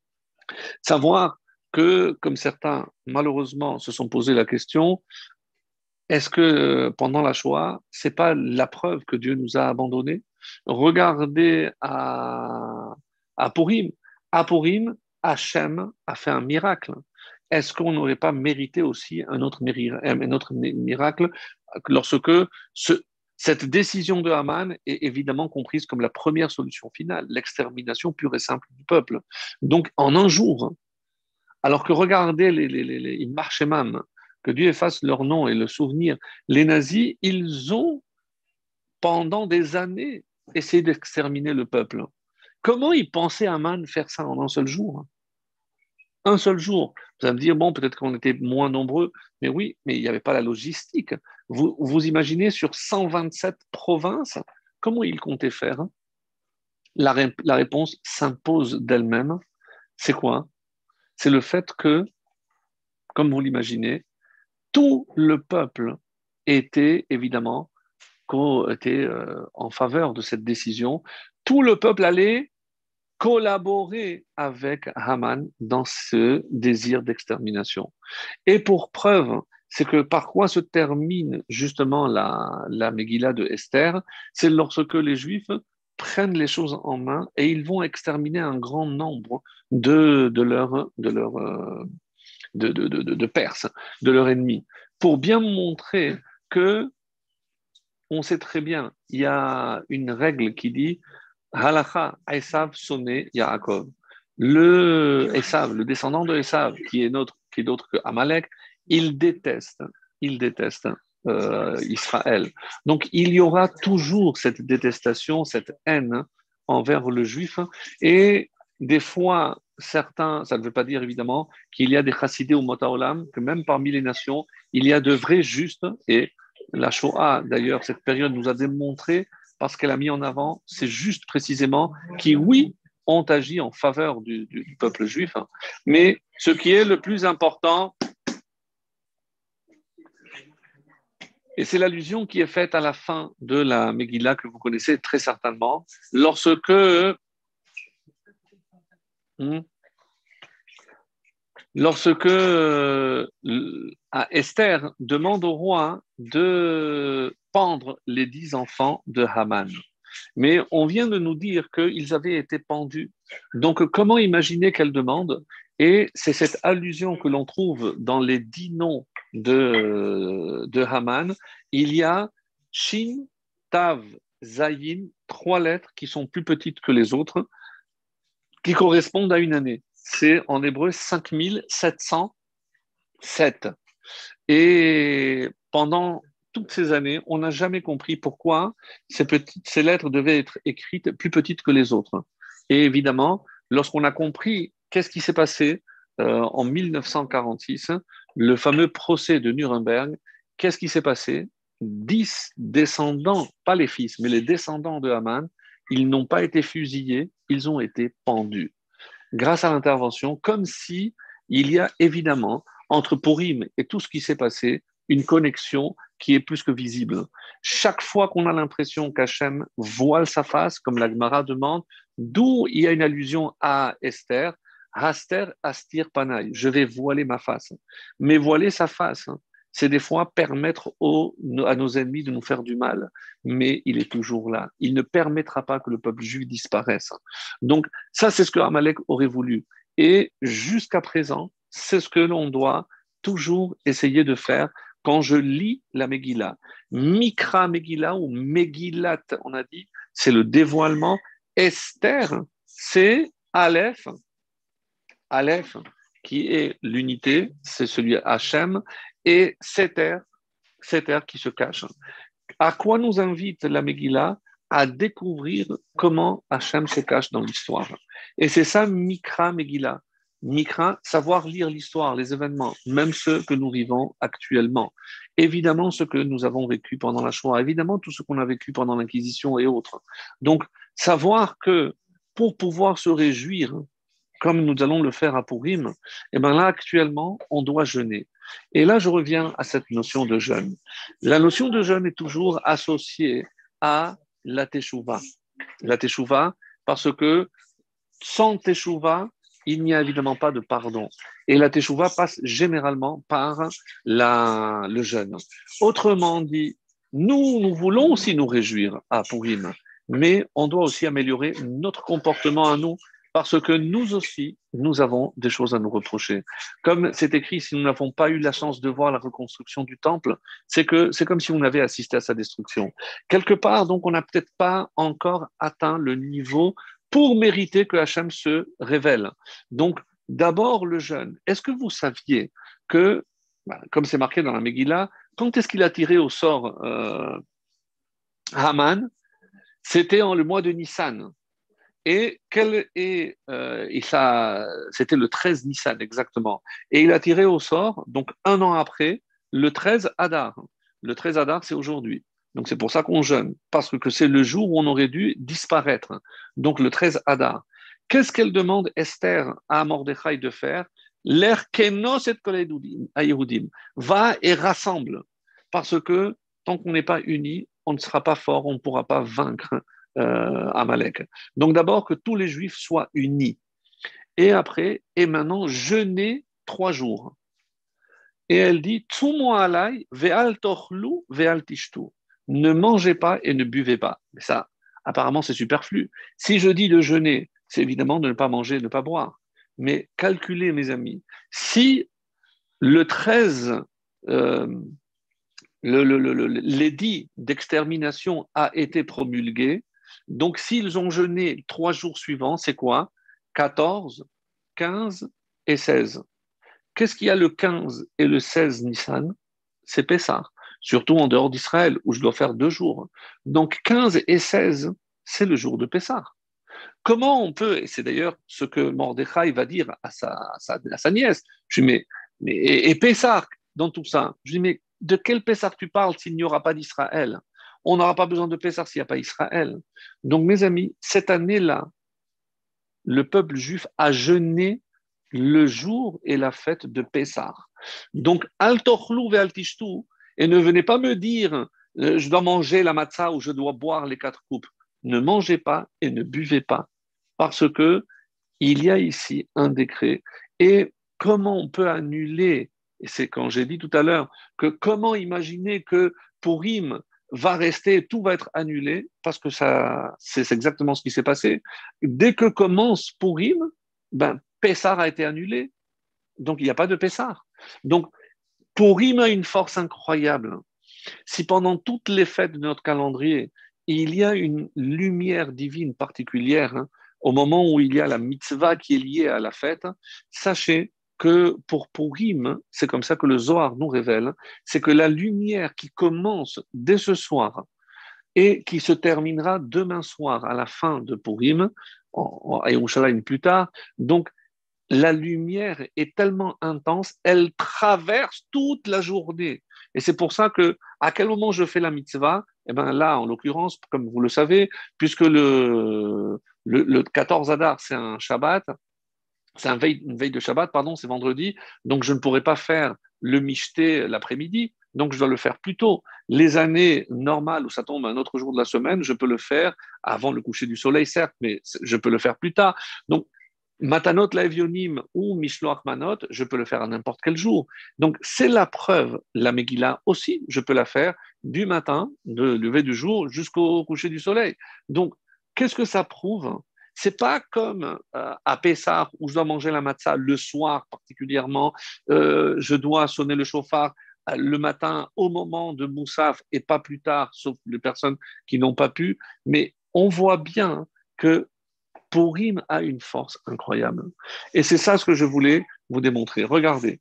[SPEAKER 1] Savoir que, comme certains malheureusement se sont posé la question, est-ce que pendant la Shoah, c'est pas la preuve que Dieu nous a abandonnés? Regardez à, à Purim. À Purim, Hachem a fait un miracle. Est-ce qu'on n'aurait pas mérité aussi un autre, un autre miracle lorsque ce, cette décision de Haman est évidemment comprise comme la première solution finale, l'extermination pure et simple du peuple? Donc, en un jour, alors que regardez les, les, les, les Marchemam, que Dieu efface leur nom et le souvenir, les nazis, ils ont, pendant des années, essayé d'exterminer le peuple. Comment ils pensaient Haman faire ça en un seul jour? Un seul jour. Vous allez me dire, bon, peut-être qu'on était moins nombreux, mais oui, mais il n'y avait pas la logistique. Vous, vous imaginez sur cent vingt-sept provinces, comment ils comptaient faire? la, ré- la réponse s'impose d'elle-même. C'est quoi? C'est le fait que, comme vous l'imaginez, tout le peuple était évidemment était, euh, en faveur de cette décision. Tout le peuple allait collaborer avec Haman dans ce désir d'extermination. Et pour preuve, c'est que par quoi se termine justement la, la Megillah de Esther? C'est lorsque les Juifs prennent les choses en main et ils vont exterminer un grand nombre de, de leurs de leur, euh, de, de, de, de Perses, de leurs ennemis, pour bien montrer que on sait très bien, il y a une règle qui dit Halacha Esav sonné Yaakov. Le Esav, le descendant de Esav, qui est notre, qui est d'autre que Amalek, il déteste, il déteste euh, Israël. Donc, il y aura toujours cette détestation, cette haine envers le juif. Et des fois, certains, ça ne veut pas dire évidemment qu'il y a des chassidés ou motaolam, que même parmi les nations, il y a de vrais justes. Et la Shoah, d'ailleurs, cette période nous a démontré, parce qu'elle a mis en avant, c'est juste précisément qui, oui, ont agi en faveur du, du, du peuple juif. Mais ce qui est le plus important, et c'est l'allusion qui est faite à la fin de la Megillah que vous connaissez très certainement, lorsque hmm, lorsque euh, Esther demande au roi de pendre les dix enfants de Haman. Mais on vient de nous dire qu'ils avaient été pendus. Donc, comment imaginer qu'elle demande? Et c'est cette allusion que l'on trouve dans les dix noms de, de Haman. Il y a Shin, Tav, Zayin, trois lettres qui sont plus petites que les autres, qui correspondent à une année. C'est en hébreu cinq mille sept cent sept. Et pendant toutes ces années, on n'a jamais compris pourquoi ces, petites, ces lettres devaient être écrites plus petites que les autres. Et évidemment, lorsqu'on a compris qu'est-ce qui s'est passé euh, en mille neuf cent quarante-six, le fameux procès de Nuremberg, qu'est-ce qui s'est passé? Dix descendants, pas les fils, mais les descendants de Haman, ils n'ont pas été fusillés, ils ont été pendus. Grâce à l'intervention, comme si il y a évidemment entre Purim et tout ce qui s'est passé une connexion qui est plus que visible. Chaque fois qu'on a l'impression qu'Hachem voile sa face, comme la Gemara demande, d'où il y a une allusion à Esther, Haster astir panay, je vais voiler ma face. Mais voiler sa face, hein, c'est des fois permettre aux, à nos ennemis de nous faire du mal. Mais il est toujours là. Il ne permettra pas que le peuple juif disparaisse. Donc, ça, c'est ce que Amalek aurait voulu. Et jusqu'à présent, c'est ce que l'on doit toujours essayer de faire quand je lis la Megillah. Mikra Megillah ou Megillat, on a dit, c'est le dévoilement. Esther, c'est Aleph. Aleph, qui est l'unité, c'est celui Hachem, et Seter, Seter qui se cache. À quoi nous invite la Megillah? À découvrir comment Hachem se cache dans l'histoire. Et c'est ça, Mikra Megillah. Mikra, savoir lire l'histoire, les événements, même ceux que nous vivons actuellement. Évidemment, ce que nous avons vécu pendant la Shoah, évidemment, tout ce qu'on a vécu pendant l'Inquisition et autres. Donc, savoir que pour pouvoir se réjouir, comme nous allons le faire à Purim, et bien là, actuellement, on doit jeûner. Et là, je reviens à cette notion de jeûne. La notion de jeûne est toujours associée à la teshuva. La teshuva, parce que sans teshuva, il n'y a évidemment pas de pardon. Et la teshuva passe généralement par la, le jeûne. Autrement dit, nous, nous voulons aussi nous réjouir à Purim, mais on doit aussi améliorer notre comportement à nous, parce que nous aussi, nous avons des choses à nous reprocher. Comme c'est écrit, si nous n'avons pas eu la chance de voir la reconstruction du temple, c'est que c'est comme si on avait assisté à sa destruction. Quelque part, donc, on n'a peut-être pas encore atteint le niveau pour mériter que Hachem se révèle. Donc, d'abord, le jeûne. Est-ce que vous saviez que, comme c'est marqué dans la Megillah, quand est-ce qu'il a tiré au sort euh, Haman? C'était en le mois de Nissan. Et, quel est, euh, et ça, c'était le treize Nissan exactement. Et il a tiré au sort, donc un an après, le treize Adar. Le treize Adar, c'est aujourd'hui. Donc c'est pour ça qu'on jeûne, parce que c'est le jour où on aurait dû disparaître. Donc le treize Adar. Qu'est-ce qu'elle demande Esther à Mordechai de faire? L'air kenos et koledim, va et rassemble. Parce que tant qu'on n'est pas unis, on ne sera pas fort, on ne pourra pas vaincre euh, Amalek. Donc d'abord que tous les Juifs soient unis. Et après, et maintenant, jeûner trois jours. Et elle dit, Tsumo alai, ve'al tochlu, ve'al tishtu. Ne mangez pas et ne buvez pas. Mais ça, apparemment, c'est superflu. Si je dis de jeûner, c'est évidemment de ne pas manger, de ne pas boire. Mais calculez, mes amis, si le treize, euh, le, le, le, l'édit d'extermination a été promulgué, donc s'ils ont jeûné trois jours suivants, c'est quoi? quatorze, quinze et seize. Qu'est-ce qu'il y a le quinze et le seize Nissan? C'est Pessah. surtout en dehors d'Israël, où je dois faire deux jours. Donc quinze et seize, c'est le jour de Pessah. Comment on peut, et c'est d'ailleurs ce que Mordechai va dire à sa, à sa, à sa nièce, je lui dis, mais, mais et, et Pessah dans tout ça, je lui dis, mais de quel Pessah tu parles s'il n'y aura pas d'Israël? On n'aura pas besoin de Pessah s'il n'y a pas Israël. Donc mes amis, cette année-là, le peuple juif a jeûné le jour et la fête de Pessah. Donc, al tochlu ve al tishtu, et ne venez pas me dire, euh, je dois manger la matzah ou je dois boire les quatre coupes. Ne mangez pas et ne buvez pas, parce que il y a ici un décret. Et comment on peut annuler, et c'est quand j'ai dit tout à l'heure, que comment imaginer que Purim va rester, tout va être annulé, parce que ça, c'est exactement ce qui s'est passé. Dès que commence Purim, ben, Pessah a été annulé. Donc, il n'y a pas de Pessah. Donc, Purim a une force incroyable. Si pendant toutes les fêtes de notre calendrier, il y a une lumière divine particulière, hein, au moment où il y a la mitzvah qui est liée à la fête, sachez que pour Purim, c'est comme ça que le Zohar nous révèle, c'est que la lumière qui commence dès ce soir et qui se terminera demain soir à la fin de Purim, à Yerushalayim plus tard, donc la lumière est tellement intense, elle traverse toute la journée. Et c'est pour ça que, à quel moment je fais la mitzvah? Eh bien là, en l'occurrence, comme vous le savez, puisque le, le, le quatorze Adar, c'est un Shabbat, c'est un veille, une veille de Shabbat, pardon, c'est vendredi, donc je ne pourrai pas faire le michté l'après-midi, donc je dois le faire plus tôt. Les années normales où ça tombe un autre jour de la semaine, je peux le faire avant le coucher du soleil, certes, mais je peux le faire plus tard. Donc, Matanot Laevionim ou Mishloach Manot, je peux le faire à n'importe quel jour. Donc, c'est la preuve. La Megillah aussi, je peux la faire du matin, de lever du jour jusqu'au coucher du soleil. Donc, qu'est-ce que ça prouve? C'est pas comme euh, à Pessah où je dois manger la matzah le soir particulièrement, euh, je dois sonner le chauffard euh, le matin au moment de Moussaf et pas plus tard, sauf les personnes qui n'ont pas pu. Mais on voit bien que Purim a une force incroyable. Et c'est ça ce que je voulais vous démontrer. Regardez.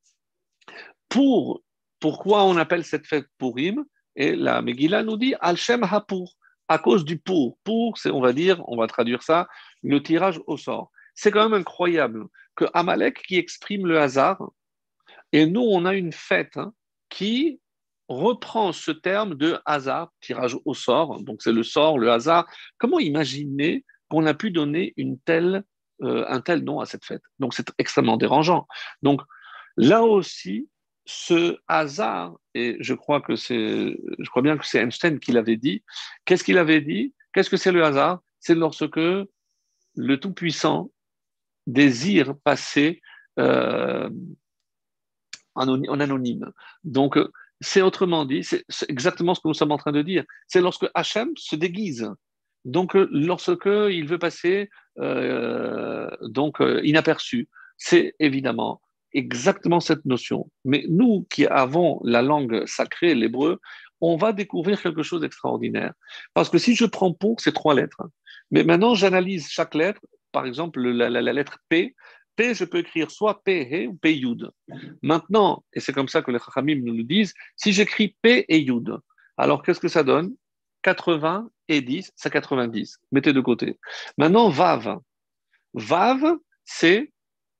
[SPEAKER 1] Pour, pourquoi on appelle cette fête Purim? Et la Megillah nous dit Al-Shem HaPur, à cause du pour. Pour, c'est, on va dire, on va traduire ça, le tirage au sort. C'est quand même incroyable que Amalek qui exprime le hasard, et nous, on a une fête hein, qui reprend ce terme de hasard, tirage au sort, donc c'est le sort, le hasard. Comment imaginer qu'on a pu donner une telle, euh, un tel nom à cette fête? Donc c'est extrêmement dérangeant. Donc là aussi, ce hasard, et je crois que c'est, je crois bien que c'est Einstein qui l'avait dit. Qu'est-ce qu'il avait dit? Qu'est-ce que c'est le hasard? C'est lorsque le Tout-Puissant désire passer euh, en, en anonyme. Donc, c'est autrement dit, c'est exactement ce que nous sommes en train de dire. C'est lorsque Hachem se déguise. Donc, lorsque il veut passer euh, donc euh, inaperçu, c'est évidemment exactement cette notion. Mais nous qui avons la langue sacrée, l'hébreu, on va découvrir quelque chose d'extraordinaire. Parce que si je prends pour, c'est trois lettres. Mais maintenant, j'analyse chaque lettre. Par exemple, la, la, la lettre P. P, je peux écrire soit P, He ou P, Yud. Maintenant, et c'est comme ça que les Chachamim nous le disent, si j'écris P et Yud, alors qu'est-ce que ça donne? quatre-vingts et dix, c'est quatre-vingt-dix. Mettez de côté. Maintenant, Vav. Vav, c'est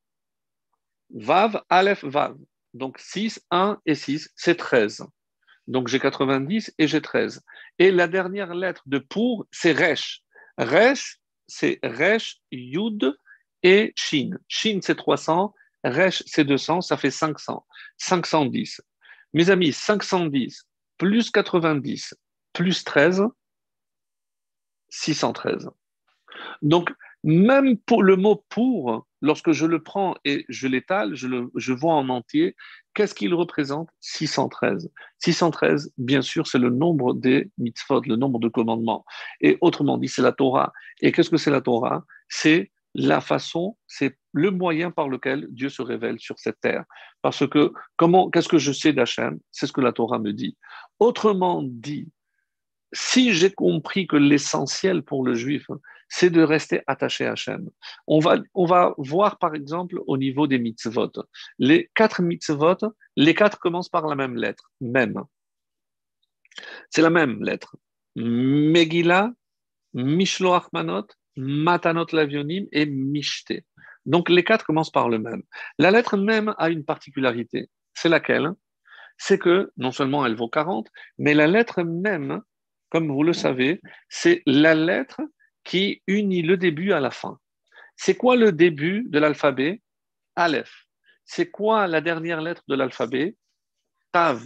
[SPEAKER 1] Vav, Aleph, Vav. Donc six, un et six, c'est treize. Donc j'ai quatre-vingt-dix et j'ai treize. Et la dernière lettre de pour, c'est Resh. Resh, c'est Resh, Yud et Shin. Shin, c'est trois cents. Resh, c'est deux cents. Ça fait cinq cents. cinq cent dix. Mes amis, cinq cent dix plus quatre-vingt-dix plus treize, six cent treize. Donc, même pour le mot pour, lorsque je le prends et je l'étale, je, le, je vois en entier, qu'est-ce qu'il représente? six cent treize. six cent treize, bien sûr, c'est le nombre des mitzvot, le nombre de commandements. Et autrement dit, c'est la Torah. Et qu'est-ce que c'est la Torah? C'est la façon, c'est le moyen par lequel Dieu se révèle sur cette terre. Parce que, comment, qu'est-ce que je sais d'Hachem? C'est ce que la Torah me dit. Autrement dit, si j'ai compris que l'essentiel pour le juif, c'est de rester attaché à Hachem, on va, on va voir par exemple au niveau des mitzvot. Les quatre mitzvot, les quatre commencent par la même lettre, même. C'est la même lettre. Megillah, Mishloach Manot, Matanot Lavionim et Mishte. Donc les quatre commencent par le même. La lettre même a une particularité. C'est laquelle? C'est que non seulement elle vaut quarante, mais la lettre même, comme vous le savez, c'est la lettre qui unit le début à la fin. C'est quoi le début de l'alphabet? Aleph. C'est quoi la dernière lettre de l'alphabet? Tav.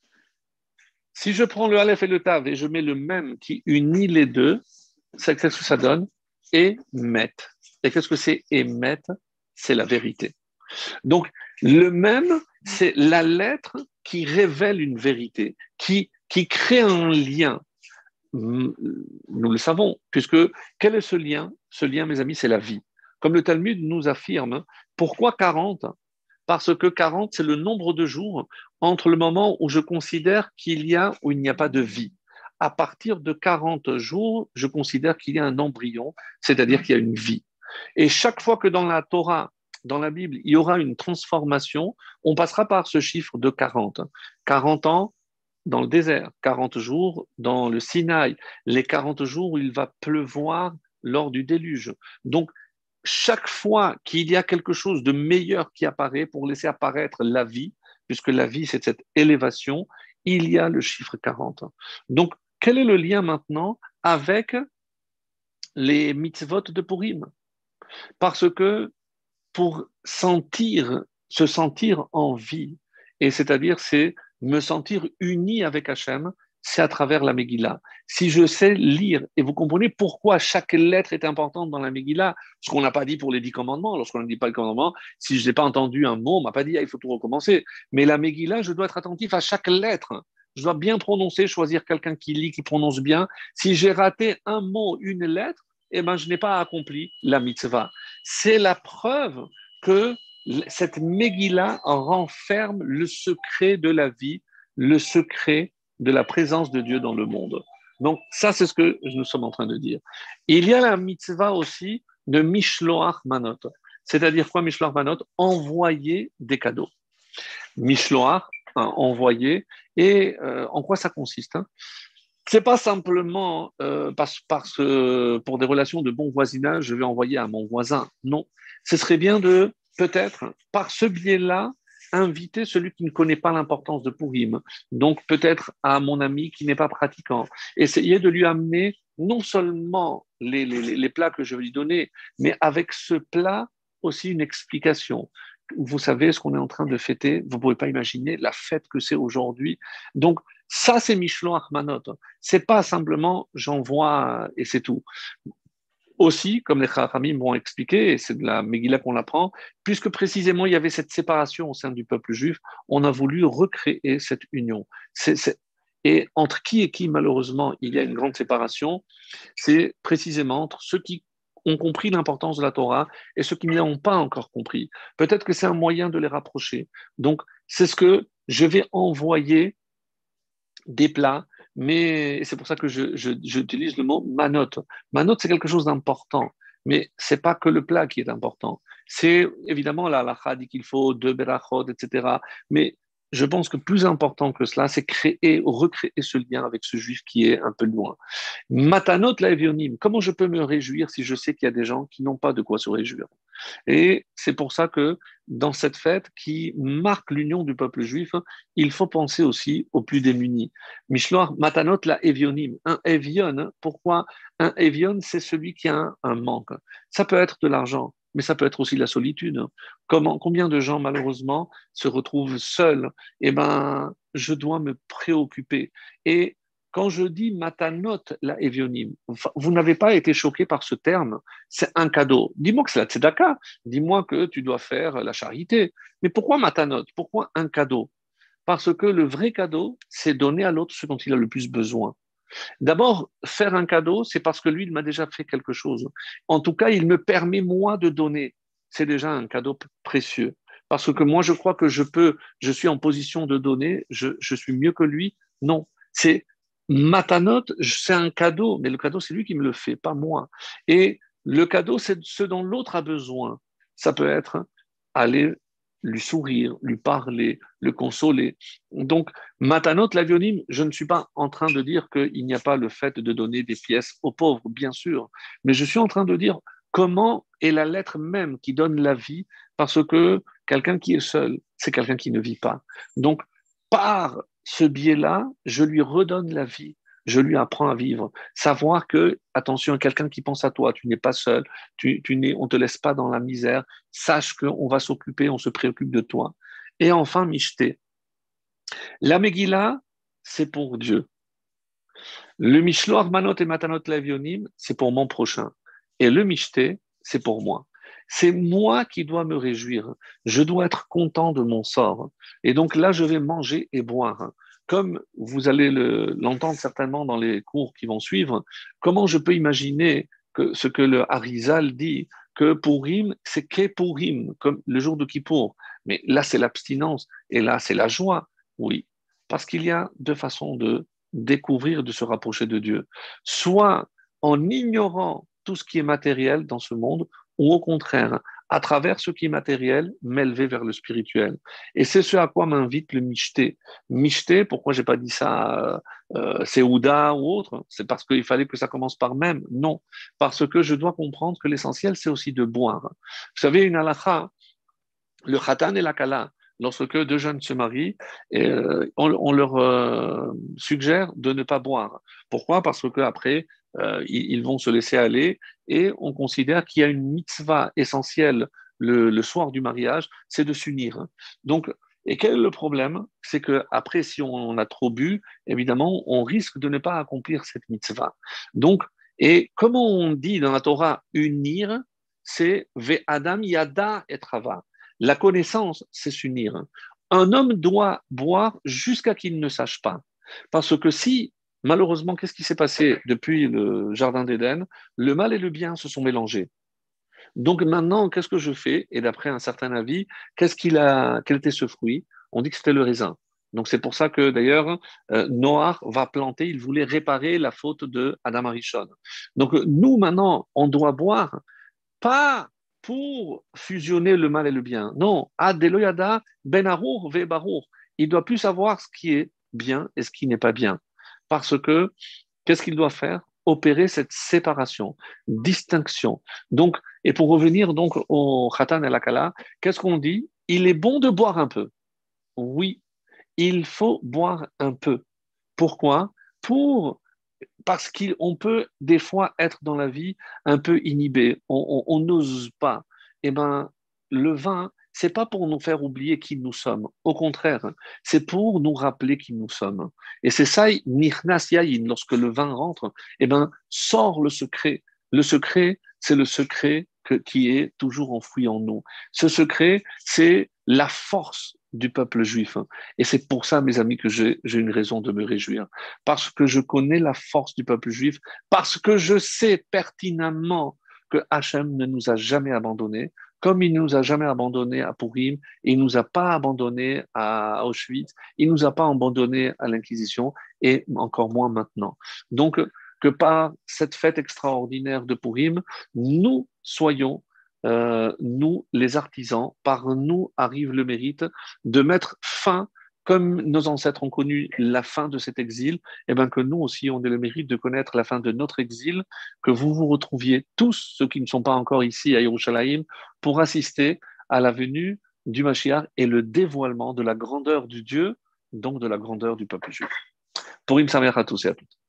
[SPEAKER 1] Si je prends le Aleph et le Tav et je mets le même qui unit les deux, c'est qu'est-ce que ça donne? Emet. Et qu'est-ce que c'est Emet? C'est la vérité. Donc, le même, c'est la lettre qui révèle une vérité, qui, qui crée un lien. Nous le savons, puisque quel est ce lien? Ce lien, mes amis, c'est la vie. Comme le Talmud nous affirme, pourquoi quarante? Parce que quarante, c'est le nombre de jours entre le moment où je considère qu'il y a ou il n'y a pas de vie. À partir de quarante jours, je considère qu'il y a un embryon, c'est-à-dire qu'il y a une vie. Et chaque fois que dans la Torah, dans la Bible, il y aura une transformation, on passera par ce chiffre de quarante. quarante ans dans le désert, quarante jours dans le Sinaï, les quarante jours où il va pleuvoir lors du déluge. Donc, chaque fois qu'il y a quelque chose de meilleur qui apparaît pour laisser apparaître la vie, puisque la vie, c'est cette élévation, il y a le chiffre quarante. Donc, quel est le lien maintenant avec les mitzvot de Purim? Parce que pour sentir, se sentir en vie, et c'est-à-dire c'est me sentir uni avec Hachem, c'est à travers la Megillah. Si je sais lire, et vous comprenez pourquoi chaque lettre est importante dans la Megillah, ce qu'on n'a pas dit pour les dix commandements, lorsqu'on ne dit pas le commandement, si je n'ai pas entendu un mot, on ne m'a pas dit, ah, il faut tout recommencer. Mais la Megillah, je dois être attentif à chaque lettre. Je dois bien prononcer, choisir quelqu'un qui lit, qui prononce bien. Si j'ai raté un mot, une lettre, eh ben, je n'ai pas accompli la mitzvah. C'est la preuve que cette Megillah renferme le secret de la vie, le secret de la présence de Dieu dans le monde. Donc, ça, c'est ce que nous sommes en train de dire. Il y a la mitzvah aussi de Mishloach Manot. C'est-à-dire quoi, Mishloach Manot? Envoyer des cadeaux. Mishloach, hein, envoyer. Et euh, en quoi ça consiste, hein? C'est pas simplement euh, parce, parce que pour des relations de bon voisinage, je vais envoyer à mon voisin. Non, ce serait bien de, peut-être, par ce biais-là, inviter celui qui ne connaît pas l'importance de Purim. Donc, peut-être à mon ami qui n'est pas pratiquant. Essayer de lui amener non seulement les, les, les plats que je vais lui donner, mais avec ce plat aussi une explication. Vous savez ce qu'on est en train de fêter, vous ne pouvez pas imaginer la fête que c'est aujourd'hui. Donc, ça, c'est Mishloach Manot. C'est pas simplement j'envoie et c'est tout. Aussi, comme les Chachamim m'ont expliqué, et c'est de la Megillah qu'on l'apprend, puisque précisément il y avait cette séparation au sein du peuple juif, on a voulu recréer cette union. C'est, c'est... Et entre qui et qui, malheureusement, il y a une grande séparation, c'est précisément entre ceux qui ont compris l'importance de la Torah et ceux qui ne l'ont pas encore compris. Peut-être que c'est un moyen de les rapprocher. Donc, c'est ce que je vais envoyer des plats, mais c'est pour ça que je, je, j'utilise le mot manote. Manote, c'est quelque chose d'important, mais c'est pas que le plat qui est important. C'est évidemment la halakha dit qu'il faut deux berachot, et cetera. Mais je pense que plus important que cela, c'est créer, recréer ce lien avec ce juif qui est un peu loin. Matanot la evionim, comment je peux me réjouir si je sais qu'il y a des gens qui n'ont pas de quoi se réjouir? Et c'est pour ça que dans cette fête qui marque l'union du peuple juif, il faut penser aussi aux plus démunis. Mishloach matanot la evionim, un evion, pourquoi un evion? C'est celui qui a un, un manque. Ça peut être de l'argent, mais ça peut être aussi la solitude. Comment, combien de gens, malheureusement, se retrouvent seuls? Eh bien, je dois me préoccuper. Et quand je dis matanot la evionim, vous n'avez pas été choqué par ce terme, c'est un cadeau. Dis-moi que c'est la tzedaka, dis-moi que tu dois faire la charité. Mais pourquoi matanot? Pourquoi un cadeau? Parce que le vrai cadeau, c'est donner à l'autre ce dont il a le plus besoin. D'abord, faire un cadeau, c'est parce que lui, il m'a déjà fait quelque chose. En tout cas, il me permet, moi, de donner. C'est déjà un cadeau précieux. Parce que moi, je crois que je peux, je suis en position de donner, je, je suis mieux que lui. Non, c'est matanot, c'est un cadeau, mais le cadeau, c'est lui qui me le fait, pas moi. Et le cadeau, c'est ce dont l'autre a besoin. Ça peut être aller lui sourire, lui parler, le consoler. Donc, matanot l'avionim, je ne suis pas en train de dire qu'il n'y a pas le fait de donner des pièces aux pauvres, bien sûr, mais je suis en train de dire comment est la lettre même qui donne la vie, parce que quelqu'un qui est seul, c'est quelqu'un qui ne vit pas. Donc, par ce biais-là, je lui redonne la vie. Je lui apprends à vivre. Savoir que, attention, quelqu'un qui pense à toi, tu n'es pas seul, tu, tu n'es, on ne te laisse pas dans la misère, sache qu'on va s'occuper, on se préoccupe de toi. Et enfin, Michté. La Megillah, c'est pour Dieu. Le Mishloach Manot et Matanot Levionim, c'est pour mon prochain. Et le Michté, c'est pour moi. C'est moi qui dois me réjouir. Je dois être content de mon sort. Et donc là, je vais manger et boire. Comme vous allez le, l'entendre certainement dans les cours qui vont suivre, comment je peux imaginer que ce que le Harizal dit, que Purim, c'est qu'est Purim, comme le jour de Kippour. Mais là, c'est l'abstinence. Et là, c'est la joie. Oui. Parce qu'il y a deux façons de découvrir, de se rapprocher de Dieu. Soit en ignorant tout ce qui est matériel dans ce monde, ou au contraire, à travers ce qui est matériel, m'élever vers le spirituel. Et c'est ce à quoi m'invite le Michté. Michté, pourquoi j'ai pas dit ça, euh, c'est Ouda ou autre? C'est parce qu'il fallait que ça commence par même? Non. Parce que je dois comprendre que l'essentiel, c'est aussi de boire. Vous savez, une halakha, le khatan et la kala, lorsque deux jeunes se marient, et, euh, on, on, leur euh, suggère de ne pas boire. Pourquoi? Parce qu'après, euh, ils, ils, vont se laisser aller et on considère qu'il y a une mitzvah essentielle le, le soir du mariage, c'est de s'unir. Donc, et quel est le problème? C'est qu'après, si on a trop bu, évidemment, on risque de ne pas accomplir cette mitzvah. Donc, et comment on dit dans la Torah unir, c'est ve adam yada et trava. La connaissance, c'est s'unir. Un homme doit boire jusqu'à qu'il ne sache pas. Parce que si, malheureusement, qu'est-ce qui s'est passé depuis le Jardin d'Éden? Le mal et le bien se sont mélangés. Donc maintenant, qu'est-ce que je fais? Et d'après un certain avis, qu'est-ce qu'il a, quel était ce fruit? On dit que c'était le raisin. Donc c'est pour ça que d'ailleurs, euh, Noah va planter, il voulait réparer la faute de Adam Arishon. Donc nous maintenant, on doit boire pas pour fusionner le mal et le bien. Non, Adeloyada ben Arour ve Barour. Il doit plus savoir ce qui est bien et ce qui n'est pas bien. Parce que, qu'est-ce qu'il doit faire? Opérer cette séparation, distinction. Donc, et pour revenir donc au Khatan et la Kala, qu'est-ce qu'on dit? Il est bon de boire un peu. Oui, il faut boire un peu. Pourquoi? Pour parce qu'on peut des fois être dans la vie un peu inhibé, on n'ose pas. Eh ben, le vin, c'est pas pour nous faire oublier qui nous sommes. Au contraire, c'est pour nous rappeler qui nous sommes. Et c'est ça, Nirnas Yayin, lorsque le vin rentre, eh ben, sort le secret. Le secret, c'est le secret que, qui est toujours enfoui en nous. Ce secret, c'est la force du peuple juif. Et c'est pour ça, mes amis, que j'ai une raison de me réjouir. Parce que je connais la force du peuple juif, parce que je sais pertinemment que Hachem ne nous a jamais abandonnés, comme il ne nous a jamais abandonnés à Purim, il ne nous a pas abandonnés à Auschwitz, il ne nous a pas abandonnés à l'Inquisition, et encore moins maintenant. Donc, que par cette fête extraordinaire de Purim, nous soyons euh, nous, les artisans, par nous arrive le mérite de mettre fin, comme nos ancêtres ont connu la fin de cet exil, et bien que nous aussi, on ait le mérite de connaître la fin de notre exil, que vous vous retrouviez tous, ceux qui ne sont pas encore ici à Yerushalayim, pour assister à la venue du Mashiach et le dévoilement de la grandeur du Dieu, donc de la grandeur du peuple juif. Pour Im Sameach à tous et à toutes.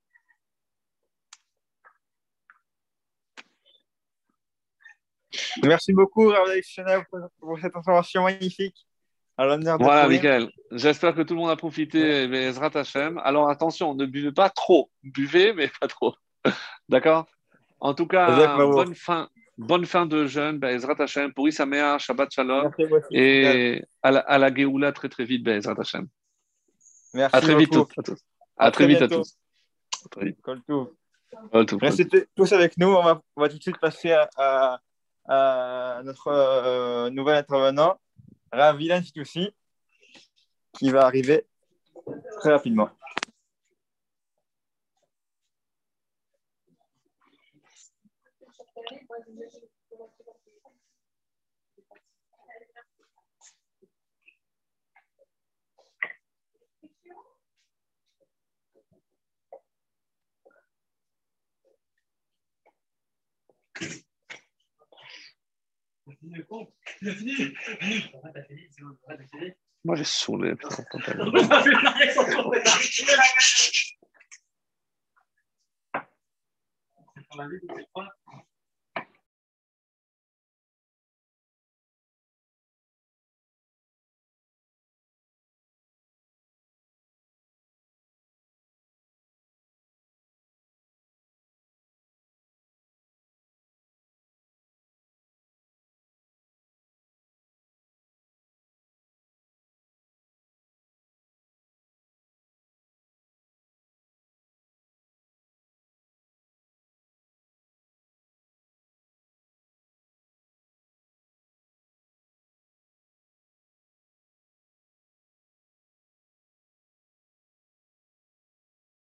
[SPEAKER 2] Merci beaucoup, Rav Chenev, pour, pour cette information magnifique à l'honneur de
[SPEAKER 1] Voilà,
[SPEAKER 2] Purim.
[SPEAKER 1] Michael. J'espère que tout le monde a profité. Ouais. Ezrat Hashem. Alors attention, ne buvez pas trop. Buvez, mais pas trop. D'accord? En tout cas, bonne fin, bonne fin de jeûne. Ben, Ezrat Hashem. Pour Isaméa, Shabbat Shalom. Et à la, à la Géoula très très vite, ben, Ezrat Hashem.
[SPEAKER 2] Merci
[SPEAKER 1] à très
[SPEAKER 2] beaucoup.
[SPEAKER 1] Vite à tous. À,
[SPEAKER 2] à
[SPEAKER 1] très,
[SPEAKER 2] très
[SPEAKER 1] vite
[SPEAKER 2] bientôt.
[SPEAKER 1] à tous. À très vite.
[SPEAKER 2] Koltou.
[SPEAKER 1] Koltou.
[SPEAKER 2] Restez tous avec nous. On va, on va tout de suite passer à, à, à notre euh, nouvel intervenant, Rav Ilan Fitoussi, qui va arriver très rapidement.
[SPEAKER 1] Moi, j'ai saoulé. Putain,